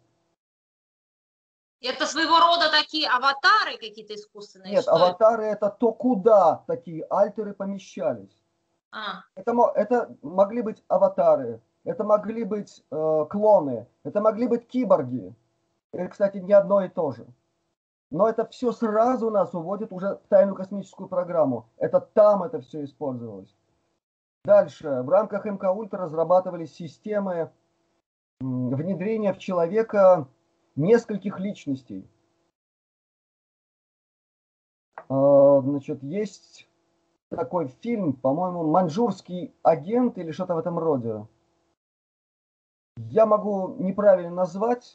Это своего рода такие аватары какие-то искусственные? Нет, что аватары это? это то, куда такие альтеры помещались. А. Это, это могли быть аватары, это могли быть э, клоны, это могли быть киборги. Это, кстати, не одно и то же. Но это все сразу нас уводит уже в тайную космическую программу. Это там это все использовалось. Дальше. В рамках эм ка Ультра разрабатывались системы внедрения в человека нескольких личностей. Значит, есть такой фильм, по-моему, «Маньчжурский агент» или что-то в этом роде. Я могу неправильно назвать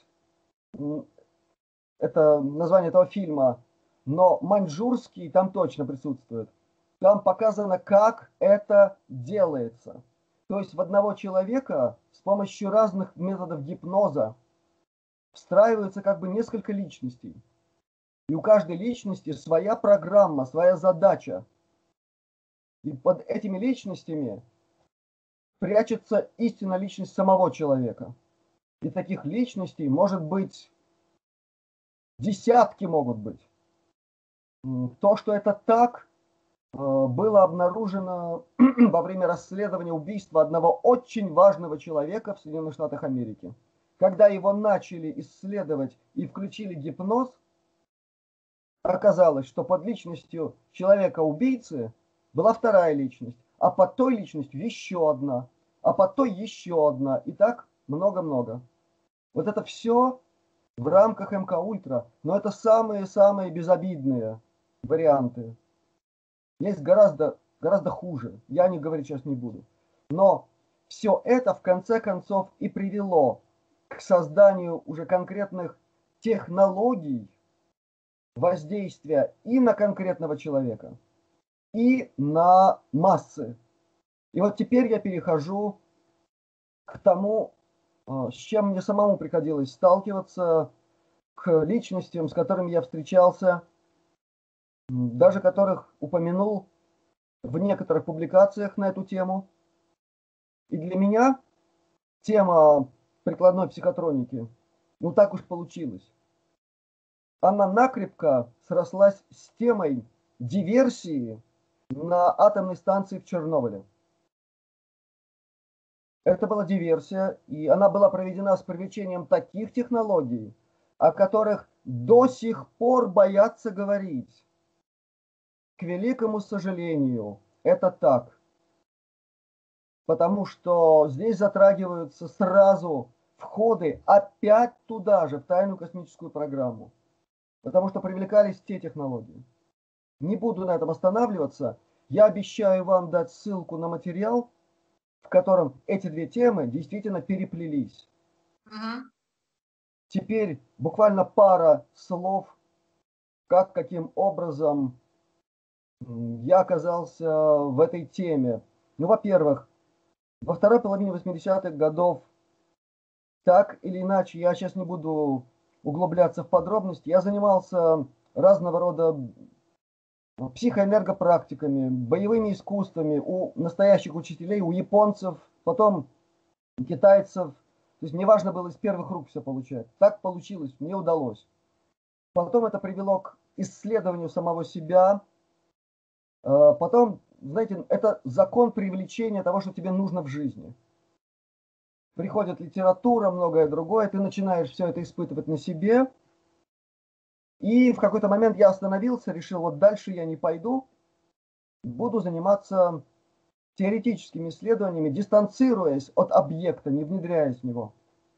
это название этого фильма, но маньчжурский там точно присутствует. Там показано, как это делается. То есть в одного человека с помощью разных методов гипноза встраивается как бы несколько личностей. И у каждой личности своя программа, своя задача. И под этими личностями прячется истинная личность самого человека. И таких личностей может быть десятки, могут быть. То, что это так, было обнаружено во время расследования убийства одного очень важного человека в Соединенных Штатах Америки. Когда его начали исследовать и включили гипноз, оказалось, что под личностью человека-убийцы была вторая личность, а под той личностью еще одна, а под той еще одна, и так много-много. Вот это все в рамках эм ка Ультра, но это самые-самые безобидные варианты. Есть гораздо, гораздо хуже, я о них говорить сейчас не буду. Но все это в конце концов и привело к созданию уже конкретных технологий воздействия и на конкретного человека, и на массы. И вот теперь я перехожу к тому, с чем мне самому приходилось сталкиваться, к личностям, с которыми я встречался, даже которых упомянул в некоторых публикациях на эту тему. И для меня тема прикладной психотроники, ну так уж получилось, она накрепко срослась с темой диверсии на атомной станции в Чернобыле. Это была диверсия, и она была проведена с привлечением таких технологий, о которых до сих пор боятся говорить. К великому сожалению, это так. Потому что здесь затрагиваются сразу входы опять туда же, в тайную космическую программу. Потому что привлекались те технологии. Не буду на этом останавливаться. Я обещаю вам дать ссылку на материал, в котором эти две темы действительно переплелись. Uh-huh. Теперь буквально пара слов, как, каким образом я оказался в этой теме. Ну, во-первых, во второй половине восьмидесятых годов, так или иначе, я сейчас не буду углубляться в подробности, я занимался разного рода психоэнергопрактиками, боевыми искусствами у настоящих учителей, у японцев, потом китайцев. То есть мне важно было из первых рук все получать. Так получилось, мне удалось. Потом это привело к исследованию самого себя. Потом, знаете, это закон привлечения того, что тебе нужно в жизни. Приходит литература, многое другое, ты начинаешь все это испытывать на себе. И в какой-то момент я остановился, решил, вот дальше я не пойду, буду заниматься теоретическими исследованиями, дистанцируясь от объекта, не внедряясь в него.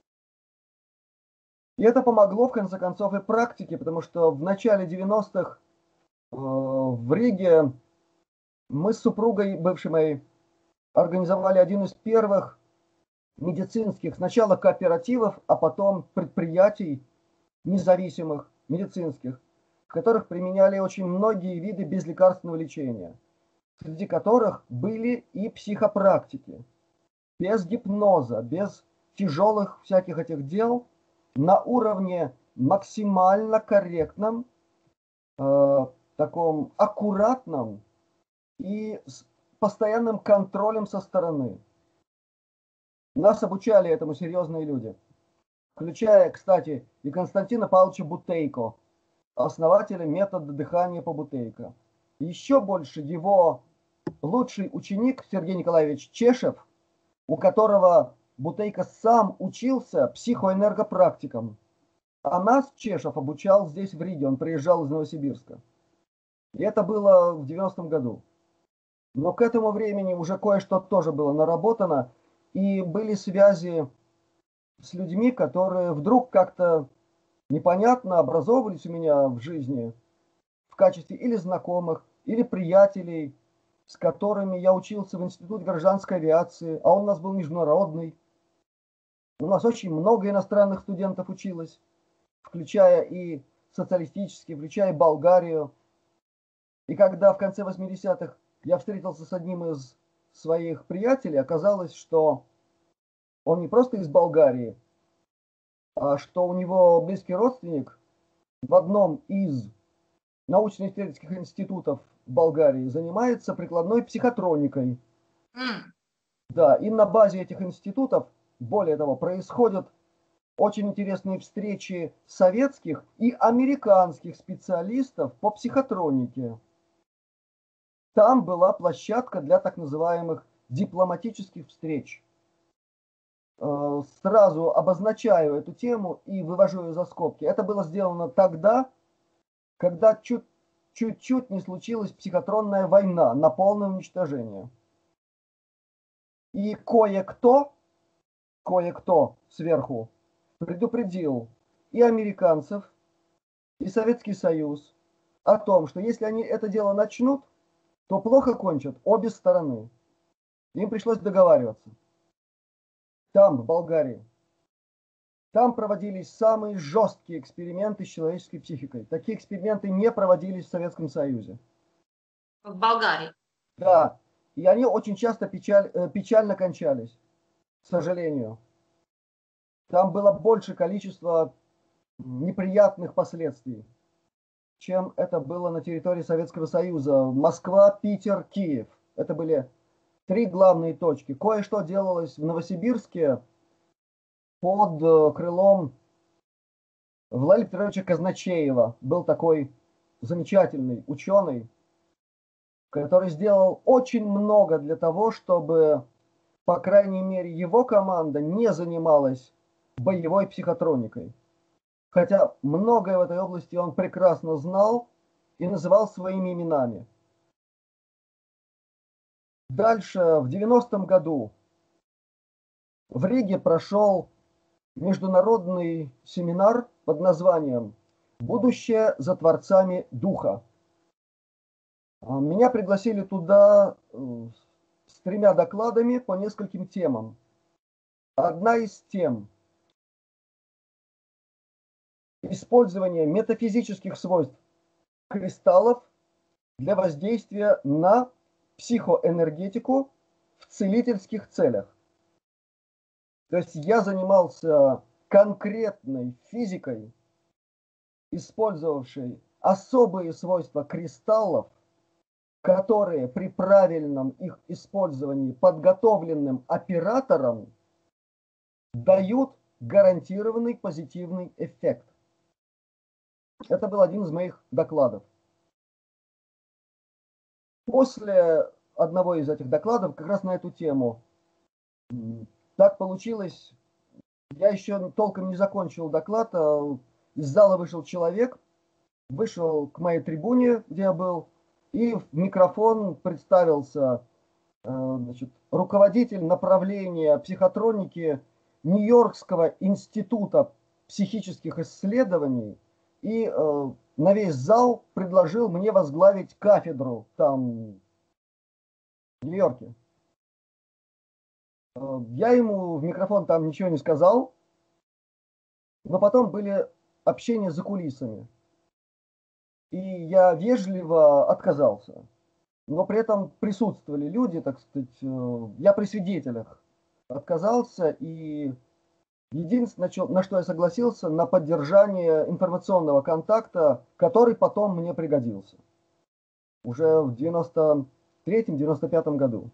И это помогло, в конце концов, и практике, потому что в начале девяностых э, в Риге мы с супругой, бывшей моей, организовали один из первых медицинских, сначала кооперативов, а потом предприятий независимых, медицинских, в которых применяли очень многие виды безлекарственного лечения, среди которых были и психопрактики. Без гипноза, без тяжелых всяких этих дел, на уровне максимально корректном, э, таком аккуратном и с постоянным контролем со стороны. Нас обучали этому серьезные люди, включая, кстати, и Константина Павловича Бутейко, основателя метода дыхания по Бутейко. Еще больше его лучший ученик Сергей Николаевич Чешев, у которого Бутейко сам учился психоэнергопрактикам. А нас Чешев обучал здесь, в Риге, он приезжал из Новосибирска. И это было в девяностом году. Но к этому времени уже кое-что тоже было наработано, и были связи с людьми, которые вдруг как-то непонятно образовывались у меня в жизни в качестве или знакомых, или приятелей, с которыми я учился в Институте гражданской авиации, а он у нас был международный. У нас очень много иностранных студентов училось, включая и социалистические, включая и Болгарию. И когда в конце восьмидесятых я встретился с одним из своих приятелей, оказалось, что он не просто из Болгарии, а что у него близкий родственник в одном из научно-исследовательских институтов Болгарии занимается прикладной психотроникой. М. Да, и на базе этих институтов, более того, происходят очень интересные встречи советских и американских специалистов по психотронике. Там была площадка для так называемых дипломатических встреч. Сразу обозначаю эту тему и вывожу ее за скобки. Это было сделано тогда, когда чуть-чуть не случилась психотронная война на полное уничтожение. И кое-кто, кое-кто сверху предупредил и американцев, и Советский Союз о том, что если они это дело начнут, то плохо кончат обе стороны. Им пришлось договариваться. Там, в Болгарии, там проводились самые жесткие эксперименты с человеческой психикой. Такие эксперименты не проводились в Советском Союзе. В Болгарии. Да, и они очень часто печаль, печально кончались, к сожалению. Там было больше количество неприятных последствий, чем это было на территории Советского Союза. Москва, Питер, Киев. Это были три главные точки. Кое-что делалось в Новосибирске под крылом Владимира Петровича Казначеева. Был такой замечательный ученый, который сделал очень много для того, чтобы, по крайней мере, его команда не занималась боевой психотроникой. Хотя многое в этой области он прекрасно знал и называл своими именами. Дальше, в девяностом году, в Риге прошел международный семинар под названием «Будущее за творцами духа». Меня пригласили туда с тремя докладами по нескольким темам. Одна из тем – использование метафизических свойств кристаллов для воздействия на психоэнергетику в целительских целях. То есть я занимался конкретной физикой, использовавшей особые свойства кристаллов, которые при правильном их использовании подготовленным оператором дают гарантированный позитивный эффект. Это был один из моих докладов. После одного из этих докладов, как раз на эту тему, так получилось, я еще толком не закончил доклад, а из зала вышел человек, вышел к моей трибуне, где я был, и в микрофон представился, значит, руководитель направления психотроники Нью-Йоркского института психических исследований, и э, на весь зал предложил мне возглавить кафедру там в Нью-Йорке. Э, я ему в микрофон там ничего не сказал, но потом были общения за кулисами. И я вежливо отказался. Но при этом присутствовали люди, так сказать, э, я при свидетелях отказался, и единственное, на что я согласился, на поддержание информационного контакта, который потом мне пригодился. Уже в девяносто третьем — девяносто пятом году.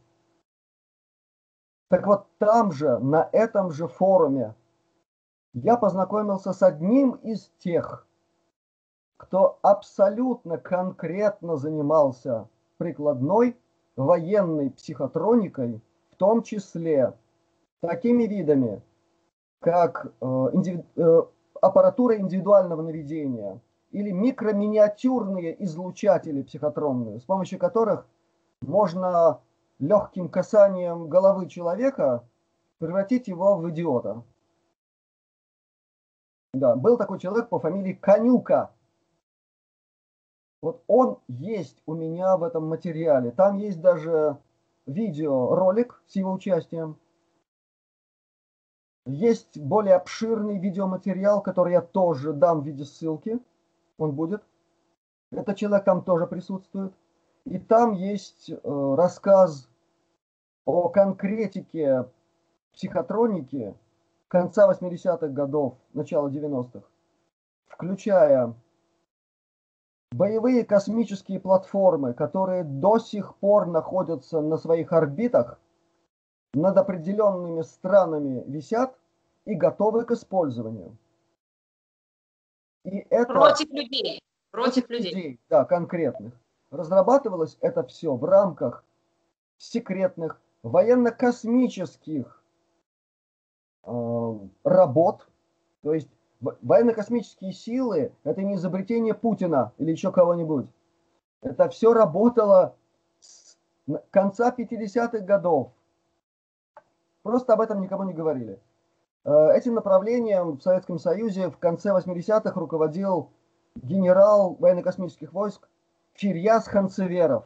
Так вот, там же, на этом же форуме, я познакомился с одним из тех, кто абсолютно конкретно занимался прикладной военной психотроникой, в том числе такими видами, как э, индиви... э, аппаратура индивидуального наведения или микроминиатюрные излучатели психотронные, с помощью которых можно легким касанием головы человека превратить его в идиота. Да, был такой человек по фамилии Конюка. Вот он есть у меня в этом материале. Там есть даже видеоролик с его участием. Есть более обширный видеоматериал, который я тоже дам в виде ссылки. Он будет. Этот человек там тоже присутствует. И там есть э, рассказ о конкретике психотроники конца восьмидесятых годов, начала девяностых, включая боевые космические платформы, которые до сих пор находятся на своих орбитах, над определенными странами висят и готовы к использованию. И это Против людей. Против, против людей. людей, да, конкретных. Разрабатывалось это все в рамках секретных военно-космических э, работ. То есть военно-космические силы – это не изобретение Путина или еще кого-нибудь. Это все работало с конца пятидесятых годов. Просто об этом никому не говорили. Этим направлением в Советском Союзе в конце восьмидесятых руководил генерал военно-космических войск Фирьяз Ханцеверов.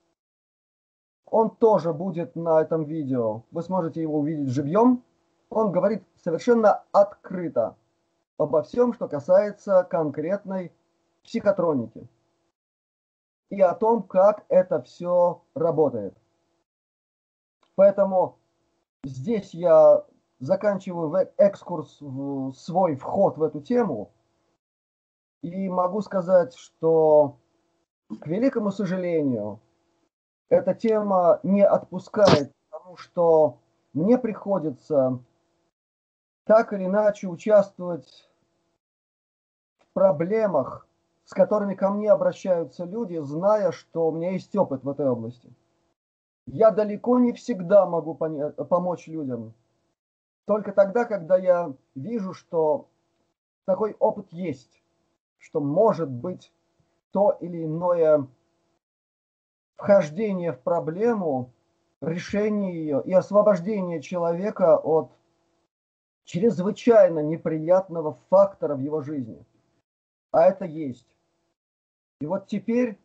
Он тоже будет на этом видео. Вы сможете его увидеть живьем. Он говорит совершенно открыто обо всем, что касается конкретной психотроники. И о том, как это все работает. Поэтому здесь я заканчиваю экскурс в свой вход в эту тему. И могу сказать, что, к великому сожалению, эта тема не отпускает, потому что мне приходится так или иначе участвовать в проблемах, с которыми ко мне обращаются люди, зная, что у меня есть опыт в этой области. Я далеко не всегда могу помочь людям. Только тогда, когда я вижу, что такой опыт есть, что может быть то или иное вхождение в проблему, решение ее и освобождение человека от чрезвычайно неприятного фактора в его жизни. А это есть. И вот теперь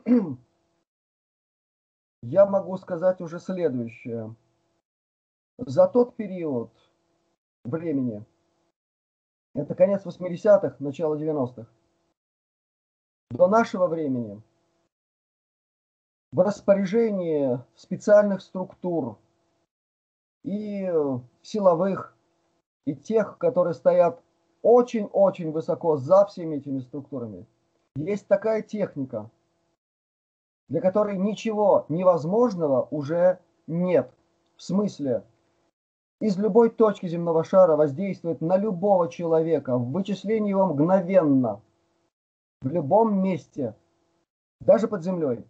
я могу сказать уже следующее. За тот период времени, это конец восьмидесятых, начало девяностых, до нашего времени, в распоряжении специальных структур и силовых, и тех, которые стоят очень-очень высоко за всеми этими структурами, есть такая техника, для которой ничего невозможного уже нет. В смысле, из любой точки земного шара воздействует на любого человека, в вычислении его мгновенно, в любом месте, даже под землей.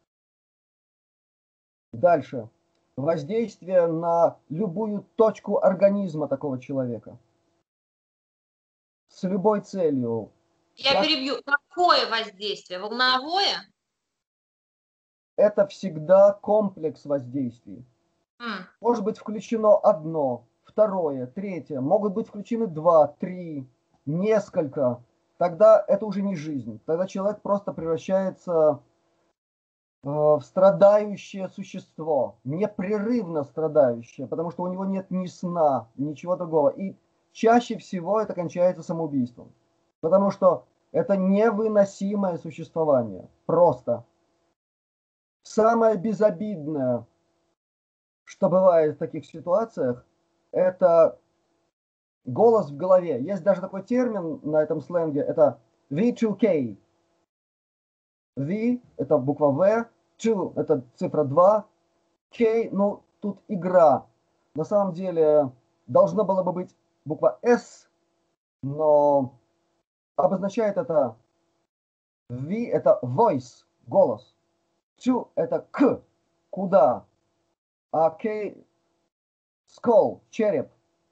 Дальше. Воздействие на любую точку организма такого человека. С любой целью. Я как... перебью. Какое воздействие? Волновое? Это всегда комплекс воздействий. Mm. Может быть включено одно, второе, третье. Могут быть включены два, три, несколько. Тогда это уже не жизнь. Тогда человек просто превращается в страдающее существо, непрерывно страдающее, потому что у него нет ни сна, ничего другого. И чаще всего это кончается самоубийством, потому что это невыносимое существование. Просто. Самое безобидное, что бывает в таких ситуациях, это голос в голове. Есть даже такой термин на этом сленге, это ви ту кей. V – это буква В, two – это цифра два, K, ну, тут игра. На самом деле, должно было бы быть буква S, но обозначает это V – это voice, голос. two – это К, куда, а K – skull, череп.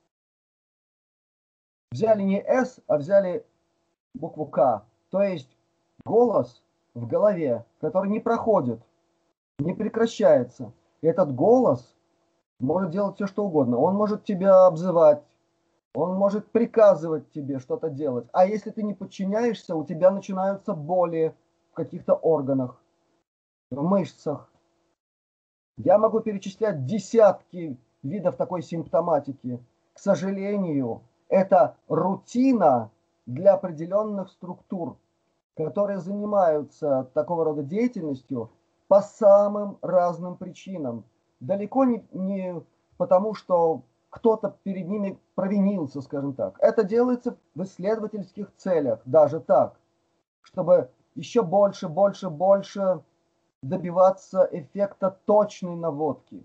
Взяли не S, а взяли букву К, то есть голос в голове, который не проходит, не прекращается. И этот голос может делать все, что угодно. Он может тебя обзывать, Он может приказывать тебе что-то делать. А если ты не подчиняешься, у тебя начинаются боли в каких-то органах, в мышцах. Я могу перечислять десятки видов такой симптоматики. К сожалению, это рутина для определенных структур, которые занимаются такого рода деятельностью по самым разным причинам. Далеко не, не потому, что кто-то перед ними провинился, скажем так. Это делается в исследовательских целях, даже так, чтобы еще больше, больше, больше добиваться эффекта точной наводки.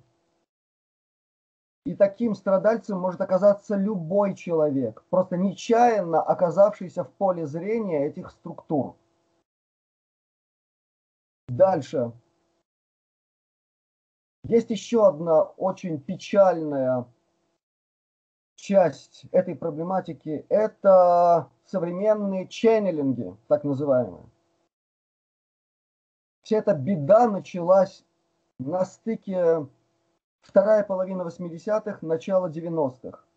И таким страдальцем может оказаться любой человек, просто нечаянно оказавшийся в поле зрения этих структур. Дальше. Есть еще одна очень печальная часть этой проблематики. Это современные ченнелинги, так называемые. Вся эта беда началась на стыке вторая половина восьмидесятых, начало девяностых.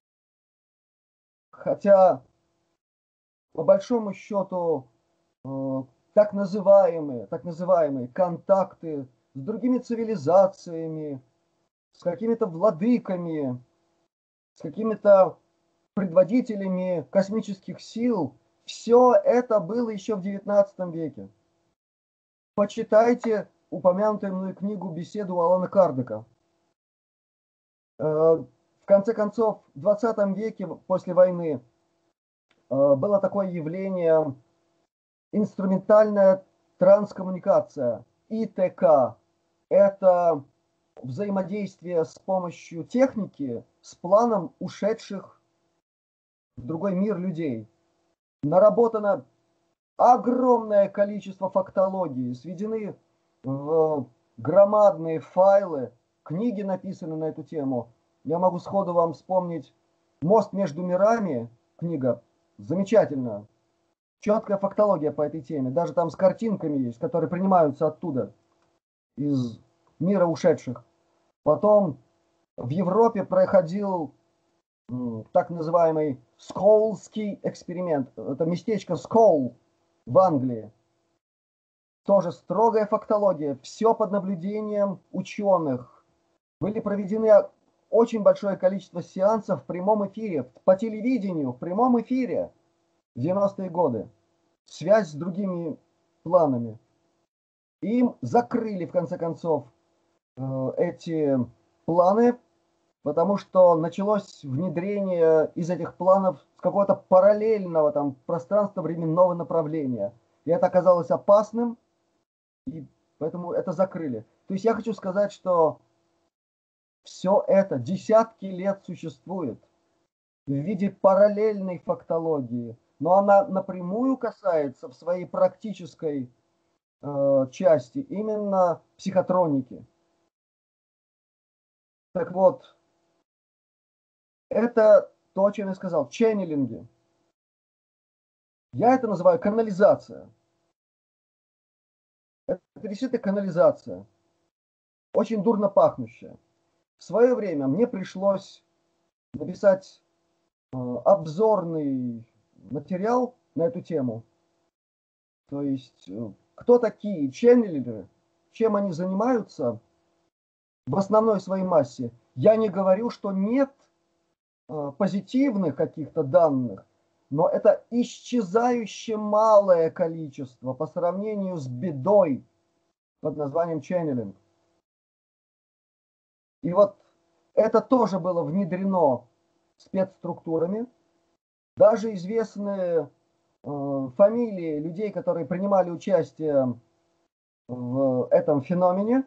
Хотя, по большому счету, так называемые, так называемые контакты с другими цивилизациями, с какими-то владыками, с какими-то предводителями космических сил, все это было еще в девятнадцатом веке. Почитайте упомянутую мной книгу «Беседу» Алана Кардека. В конце концов, в двадцатом веке, после войны, было такое явление инструментальная транскоммуникация, И Т К. Это взаимодействие с помощью техники с планом ушедших в другой мир людей. Наработано огромное количество фактологии, сведены в громадные файлы, книги написаны на эту тему. Я могу сходу вам вспомнить «Мост между мирами», книга замечательная, четкая фактология по этой теме, даже там с картинками есть, которые принимаются оттуда, из мира ушедших. Потом в Европе проходил так называемый Сколский эксперимент. Это местечко Скол в Англии. Тоже строгая фактология, все под наблюдением ученых. Были проведены очень большое количество сеансов в прямом эфире, по телевидению, в прямом эфире в девяностые годы. Связь с другими планами. Им закрыли, в конце концов, эти планы, потому что началось внедрение из этих планов с какого-то параллельного там пространства-временного направления. И это оказалось опасным, и поэтому это закрыли. То есть я хочу сказать, что все это десятки лет существует в виде параллельной фактологии, но она напрямую касается в своей практической э, части именно психотроники. Так вот, это то, о чем я сказал, ченнелинги. Я это называю канализация. Это действительно канализация. Очень дурно пахнущая. В свое время мне пришлось написать э, обзорный материал на эту тему. То есть, э, кто такие ченнелеры, чем они занимаются в основной своей массе. Я не говорю, что нет э, позитивных каких-то данных, но это исчезающе малое количество по сравнению с бедой под названием ченнелинг. И вот это тоже было внедрено спецструктурами. Даже известные э, фамилии людей, которые принимали участие в этом феномене.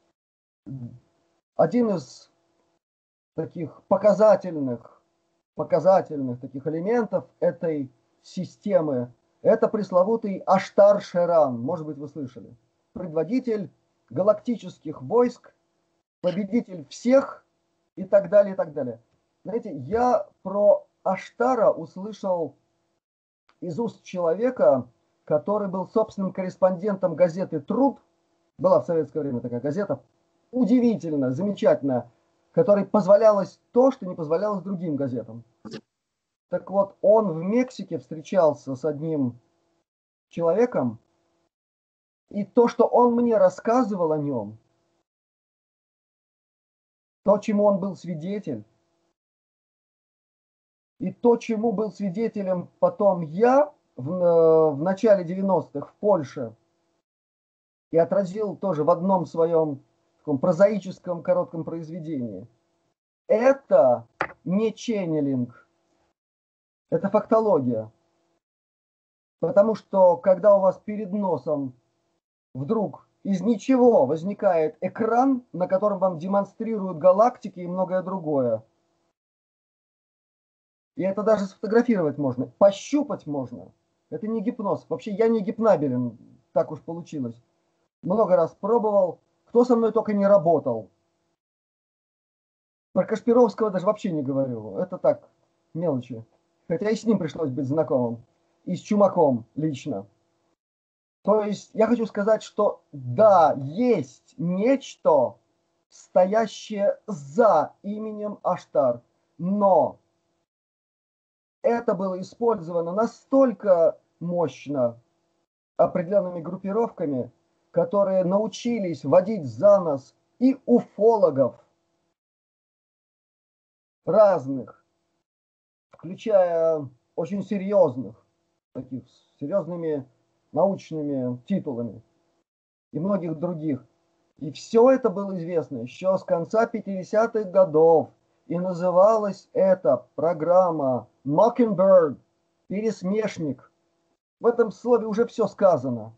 Один из таких показательных, показательных таких элементов этой системы — это пресловутый Аштар Шеран. Может быть, вы слышали. Предводитель галактических войск, победитель всех и так далее, и так далее. Знаете, я про Аштара услышал из уст человека, который был собственным корреспондентом газеты «Труд». Была в советское время такая газета, удивительно, замечательно, которой позволялось то, что не позволялось другим газетам. Так вот, он в Мексике встречался с одним человеком, и то, что он мне рассказывал о нем, то, чему он был свидетель, и то, чему был свидетелем потом я в, э, в начале девяностых в Польше, и отразил тоже в одном своем таком прозаическом коротком произведении. Это не ченнелинг, это фактология. Потому что когда у вас перед носом вдруг из ничего возникает экран, на котором вам демонстрируют галактики и многое другое, и это даже сфотографировать можно, пощупать можно. Это не гипноз. Вообще я не гипнабелен, так уж получилось. Много раз пробовал, кто со мной только не работал. Про Кашпировского даже вообще не говорю. Это так, мелочи. Хотя и с ним пришлось быть знакомым. И с Чумаком лично. То есть я хочу сказать, что да, есть нечто, стоящее за именем Аштар. Но это было использовано настолько мощно определенными группировками, которые научились водить за нос и уфологов разных, включая очень серьезных, таких с серьезными научными титулами и многих других. И все это было известно еще с конца пятидесятых годов. И называлась эта программа Mockingbird, пересмешник. В этом слове уже все сказано.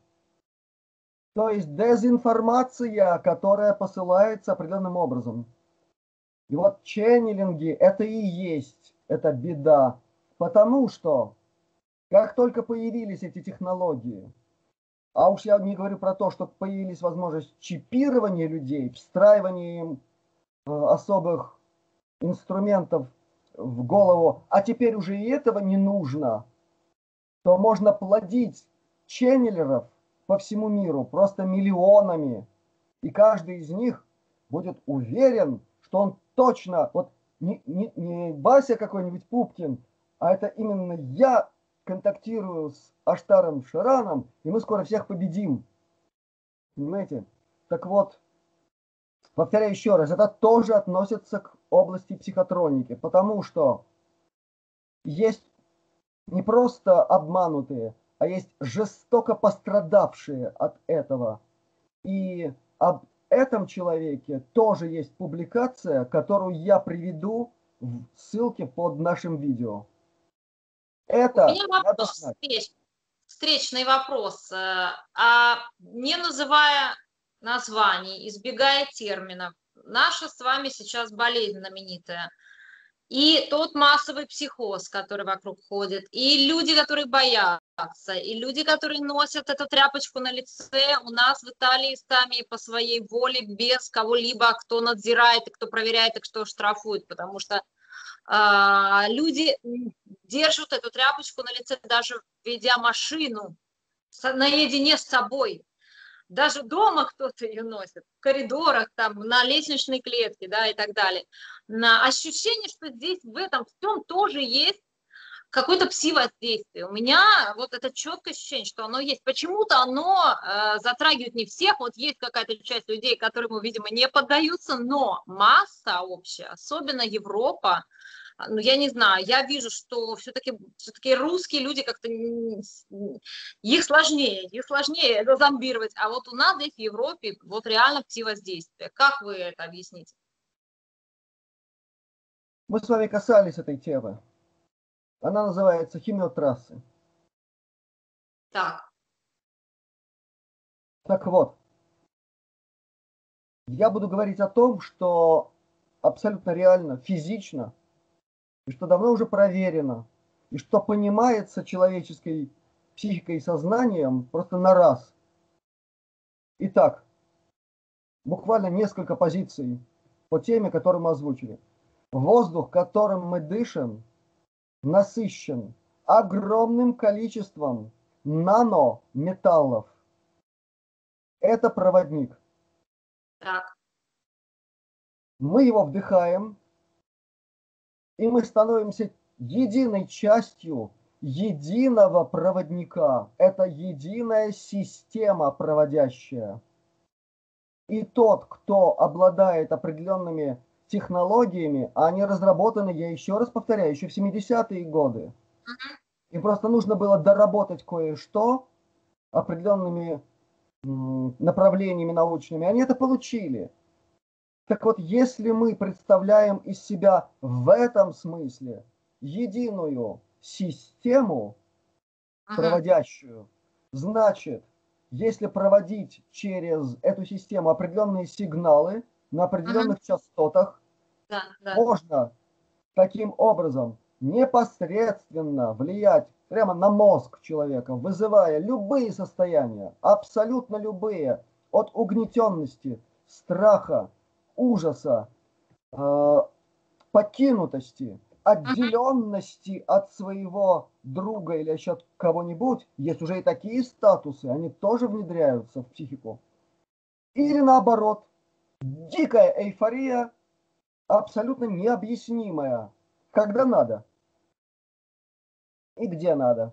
То есть дезинформация, которая посылается определенным образом. И вот ченнелинги это и есть эта беда. Потому что как только появились эти технологии, а уж я не говорю про то, что появились возможность чипирования людей, встраивания им э, особых инструментов в голову, а теперь уже и этого не нужно, то можно плодить ченнелеров по всему миру просто миллионами. И каждый из них будет уверен, что он точно, вот не, не, не Бася какой-нибудь Пупкин, а это именно я контактирую с Аштаром Шараном, и мы скоро всех победим. Понимаете? Так вот, повторяю еще раз, это тоже относится к области психотроники, потому что есть не просто обманутые, а есть жестоко пострадавшие от этого. И об этом человеке тоже есть публикация, которую я приведу в ссылке под нашим видео. У Это меня надо вопрос, знать. встреч, встречный вопрос. Э, А не называя названий, избегая терминов, наша с вами сейчас болезнь знаменитая, и тот массовый психоз, который вокруг ходит, и люди, которые боятся, и люди, которые носят эту тряпочку на лице у нас в Италии сами по своей воле, без кого-либо, кто надзирает, и кто проверяет, и кто штрафует, потому что а, люди держат эту тряпочку на лице, даже ведя машину, наедине с собой. Даже дома кто-то ее носит, в коридорах, там, на лестничной клетке, да, и так далее. На ощущение, что здесь в этом всем тоже есть какое-то пси-воздействие. У меня вот это четкое ощущение, что оно есть. Почему-то оно э, затрагивает не всех. Вот есть какая-то часть людей, которым, видимо, не поддаются, но масса общая, особенно Европа, ну, я не знаю, я вижу, что все-таки все-таки русские люди как-то, их сложнее, их сложнее зомбировать, а вот у нас здесь в Европе вот реально пси-воздействие. Как вы это объясните? Мы с вами касались этой темы. Она называется химиотрассы. Так. Так вот, я буду говорить о том, что абсолютно реально, физично, и что давно уже проверено, и что понимается человеческой психикой и сознанием просто на раз. Итак, буквально несколько позиций по теме, которую мы озвучили. Воздух, которым мы дышим, насыщен огромным количеством нанометаллов. Это проводник. Так. Мы его вдыхаем, и мы становимся единой частью единого проводника. Это единая система проводящая. И тот, кто обладает определенными технологиями, а они разработаны, я еще раз повторяю, еще в семидесятые годы. Им просто нужно было доработать кое-что определенными м, направлениями научными. Они это получили. Так вот, если мы представляем из себя в этом смысле единую систему проводящую, значит, если проводить через эту систему определенные сигналы на определенных частотах, Да, да. можно таким образом непосредственно влиять прямо на мозг человека, вызывая любые состояния, абсолютно любые, от угнетенности, страха, ужаса, э, покинутости, отделенности от своего друга или еще от кого-нибудь. Есть уже и такие статусы, они тоже внедряются в психику. Или наоборот, дикая эйфория, абсолютно необъяснимая, когда надо и где надо,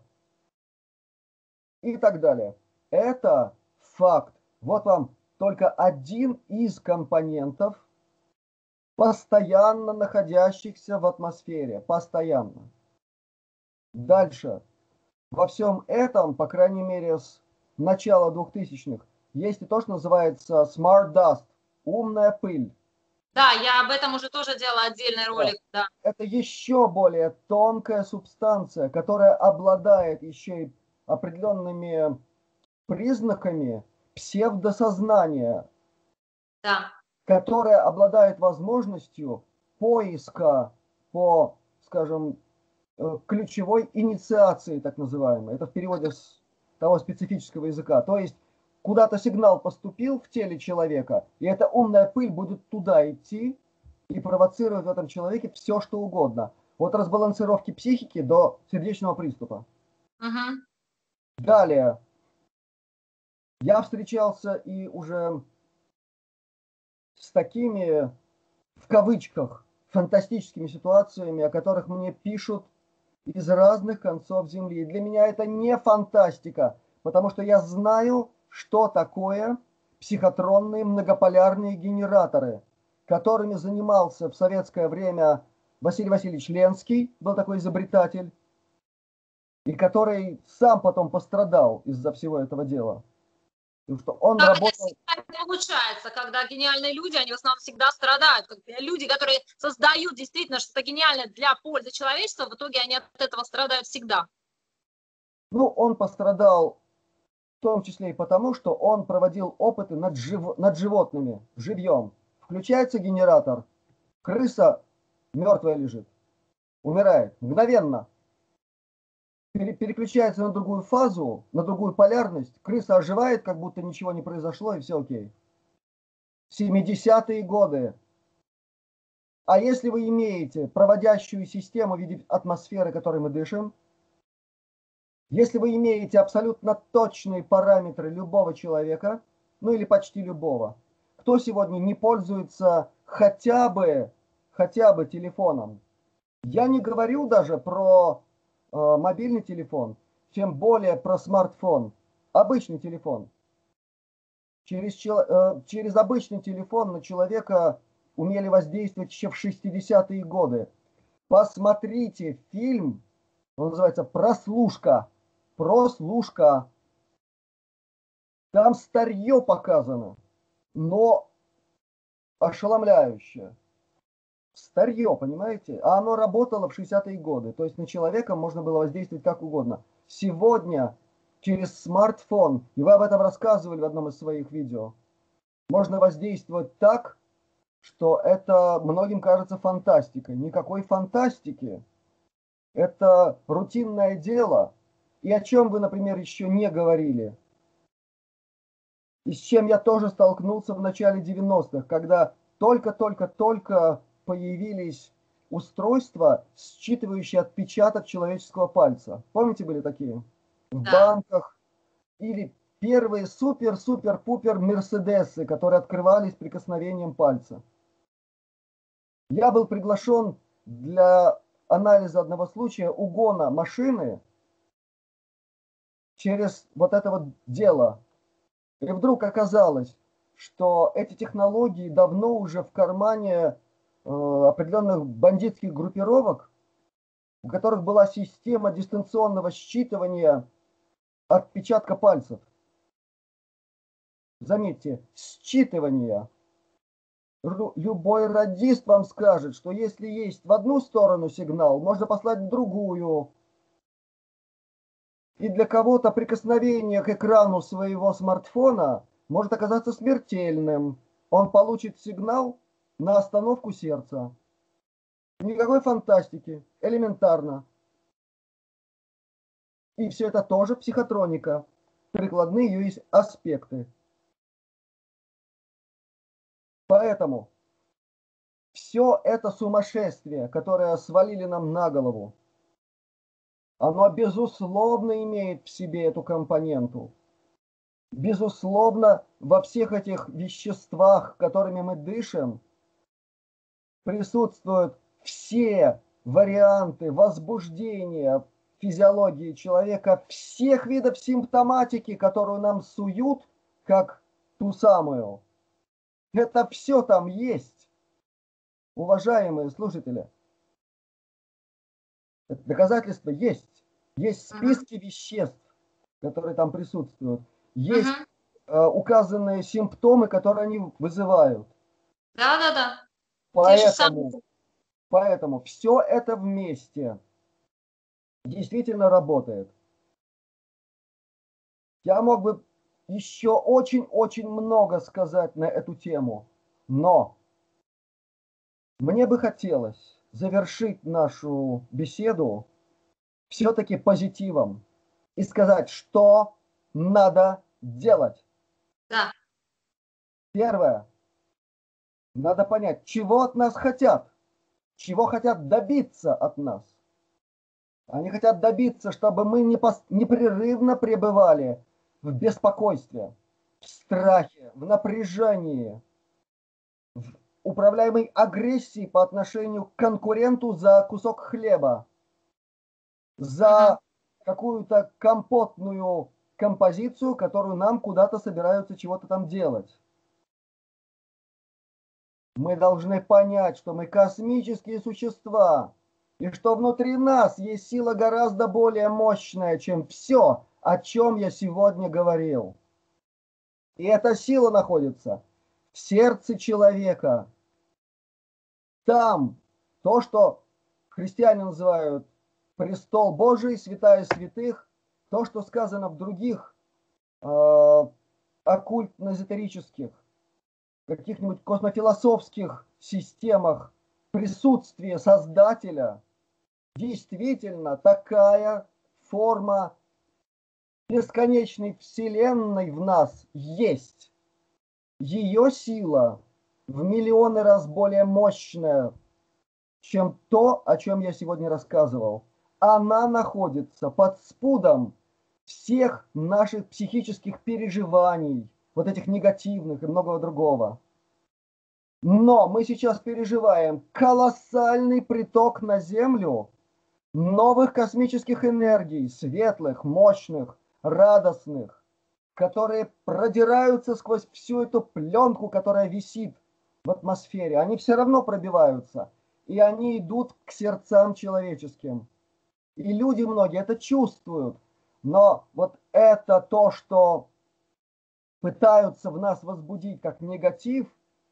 и так далее. Это факт. Вот вам только один из компонентов, постоянно находящихся в атмосфере, постоянно. Дальше. Во всем этом, по крайней мере, с начала двухтысячных, есть и то, что называется smart dust, умная пыль. Да, я об этом уже тоже делала отдельный ролик. Да. Да. Это еще более тонкая субстанция, которая обладает еще и определенными признаками псевдосознания, Да. которая обладает возможностью поиска по, скажем, ключевой инициации, так называемой. Это в переводе с того специфического языка. То есть куда-то сигнал поступил в теле человека, и эта умная пыль будет туда идти и провоцировать в этом человеке все, что угодно. От разбалансировки психики до сердечного приступа. Угу. Далее. Я встречался и уже с такими, в кавычках, фантастическими ситуациями, о которых мне пишут из разных концов Земли. Для меня это не фантастика, потому что я знаю, что такое психотронные многополярные генераторы, которыми занимался в советское время Василий Васильевич Ленский, был такой изобретатель, и который сам потом пострадал из-за всего этого дела. Потому что он Как работал... это получается, когда гениальные люди, они в основном всегда страдают. Люди, которые создают действительно что-то гениальное для пользы человечества, в итоге они от этого страдают всегда. Ну, он пострадал в том числе и потому, что он проводил опыты над, жив... над животными, живьем. Включается генератор, крыса мертвая лежит, умирает мгновенно. Переключается на другую фазу, на другую полярность, крыса оживает, как будто ничего не произошло, и все окей. семидесятые годы. А если вы имеете проводящую систему в виде атмосферы, которой мы дышим, если вы имеете абсолютно точные параметры любого человека, ну или почти любого, кто сегодня не пользуется хотя бы, хотя бы телефоном? Я не говорю даже про э, мобильный телефон, тем более про смартфон, обычный телефон. Через, э, через обычный телефон на человека умели воздействовать еще в шестидесятые годы. Посмотрите фильм, он называется «Прослушка». Прослушка. Там старье показано, но ошеломляющее. Старье, понимаете? А оно работало в шестидесятые годы. То есть на человека можно было воздействовать как угодно. Сегодня через смартфон, и вы об этом рассказывали в одном из своих видео, можно воздействовать так, что это многим кажется фантастикой. Никакой фантастики. Это рутинное дело. И о чем вы, например, еще не говорили. И с чем я тоже столкнулся в начале девяностых, когда только-только-только появились устройства, считывающие отпечаток человеческого пальца. Помните, были такие? В Да. банках. Или первые супер-супер-пупер мерседесы, которые открывались прикосновением пальца. Я был приглашен для анализа одного случая угона машины через вот это вот дело. И вдруг оказалось, что эти технологии давно уже в кармане э, определенных бандитских группировок, у которых была система дистанционного считывания отпечатка пальцев. Заметьте, считывание. Любой радист вам скажет, что если есть в одну сторону сигнал, можно послать в другую. И для кого-то прикосновение к экрану своего смартфона может оказаться смертельным. Он получит сигнал на остановку сердца. Никакой фантастики, элементарно. И все это тоже психотроника. Прикладные ее есть аспекты. Поэтому все это сумасшествие, которое свалили нам на голову, оно безусловно имеет в себе эту компоненту. Безусловно, во всех этих веществах, которыми мы дышим, присутствуют все варианты возбуждения физиологии человека, всех видов симптоматики, которую нам суют, как ту самую. Это все там есть, уважаемые слушатели. Это доказательства есть. Есть списки uh-huh. веществ, которые там присутствуют. Есть uh-huh. э, указанные симптомы, которые они вызывают. Да, да, да. Поэтому, поэтому все это вместе действительно работает. Я мог бы еще очень-очень много сказать на эту тему, но мне бы хотелось завершить нашу беседу все-таки позитивом и сказать, что надо делать. Да. Первое. Надо понять, чего от нас хотят, чего хотят добиться от нас. Они хотят добиться, чтобы мы непрерывно пребывали в беспокойстве, в страхе, в напряжении, в управляемой агрессии по отношению к конкуренту за кусок хлеба, за какую-то компотную композицию, которую нам куда-то собираются чего-то там делать. Мы должны понять, что мы космические существа, и что внутри нас есть сила гораздо более мощная, чем все, о чем я сегодня говорил. И эта сила находится в сердце человека. Там то, что христиане называют престол Божий, святая святых, то, что сказано в других э, оккультно-эзотерических, каких-нибудь космофилософских системах присутствия Создателя, действительно такая форма бесконечной Вселенной в нас есть. Ее сила в миллионы раз более мощная, чем то, о чем я сегодня рассказывал. Она находится под спудом всех наших психических переживаний, вот этих негативных и многого другого. Но мы сейчас переживаем колоссальный приток на Землю новых космических энергий, светлых, мощных, радостных, которые продираются сквозь всю эту пленку, которая висит в атмосфере. Они все равно пробиваются, и они идут к сердцам человеческим. И люди многие это чувствуют. Но вот это то, что пытаются в нас возбудить как негатив,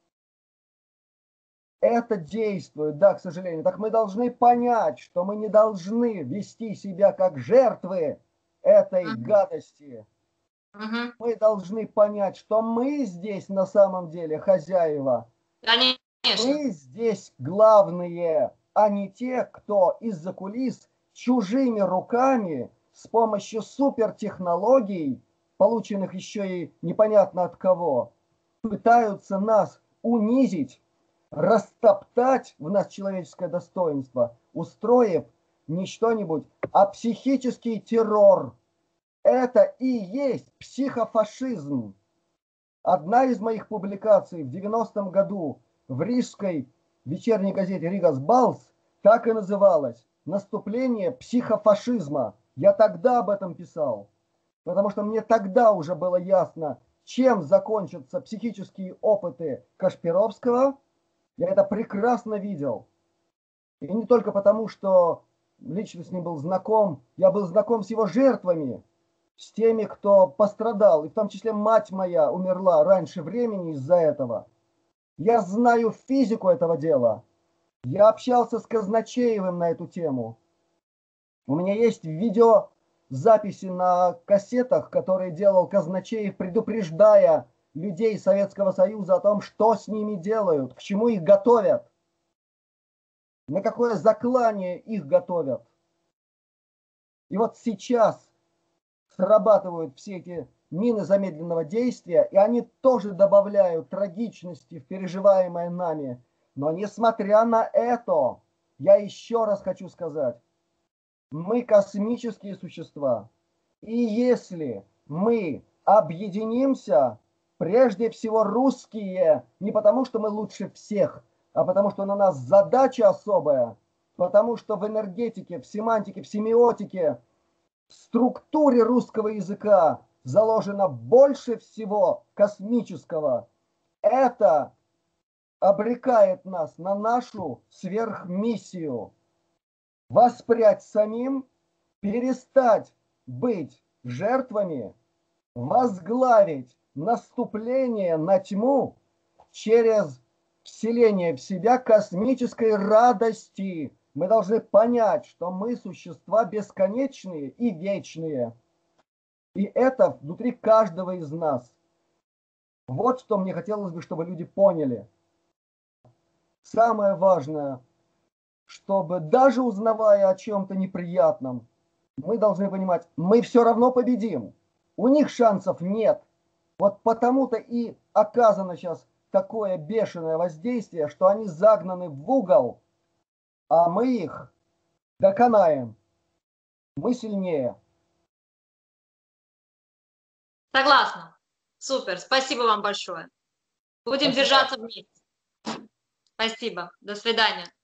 это действует, да, к сожалению. Так мы должны понять, что мы не должны вести себя как жертвы этой uh-huh. гадости. Uh-huh. Мы должны понять, что мы здесь на самом деле хозяева. Конечно. Мы здесь главные, а не те, кто из-за кулис чужими руками с помощью супертехнологий, полученных еще и непонятно от кого, пытаются нас унизить, растоптать в нас человеческое достоинство, устроив не что-нибудь, а психический террор. Это и есть психофашизм. Одна из моих публикаций в девяностом году в рижской вечерней газете «Ригас Балс» так и называлась наступление психофашизма. Я тогда об этом писал, потому что мне тогда уже было ясно, чем закончатся психические опыты Кашпировского. Я это прекрасно видел. И не только потому, что лично с ним был знаком, я был знаком с его жертвами, с теми, кто пострадал, и в том числе мать моя умерла раньше времени из-за этого. Я знаю физику этого дела. Я общался с Казначеевым на эту тему. У меня есть видеозаписи на кассетах, которые делал Казначеев, предупреждая людей Советского Союза о том, что с ними делают, к чему их готовят, на какое заклание их готовят. И вот сейчас срабатывают все эти мины замедленного действия, и они тоже добавляют трагичности в переживаемое нами. Но несмотря на это, я еще раз хочу сказать, мы космические существа. И если мы объединимся, прежде всего русские, не потому что мы лучше всех, а потому что на нас задача особая, потому что в энергетике, в семантике, в семиотике, в структуре русского языка заложено больше всего космического. Это обрекает нас на нашу сверхмиссию. Воспрять самим, перестать быть жертвами, возглавить наступление на тьму через вселение в себя космической радости. Мы должны понять, что мы существа бесконечные и вечные. И это внутри каждого из нас. Вот что мне хотелось бы, чтобы люди поняли. Самое важное, чтобы даже узнавая о чем-то неприятном, мы должны понимать, мы все равно победим. У них шансов нет. Вот потому-то и оказано сейчас такое бешеное воздействие, что они загнаны в угол, а мы их доконаем. Мы сильнее. Согласна. Супер. Спасибо вам большое. Будем Спасибо. держаться вместе. Спасибо. До свидания.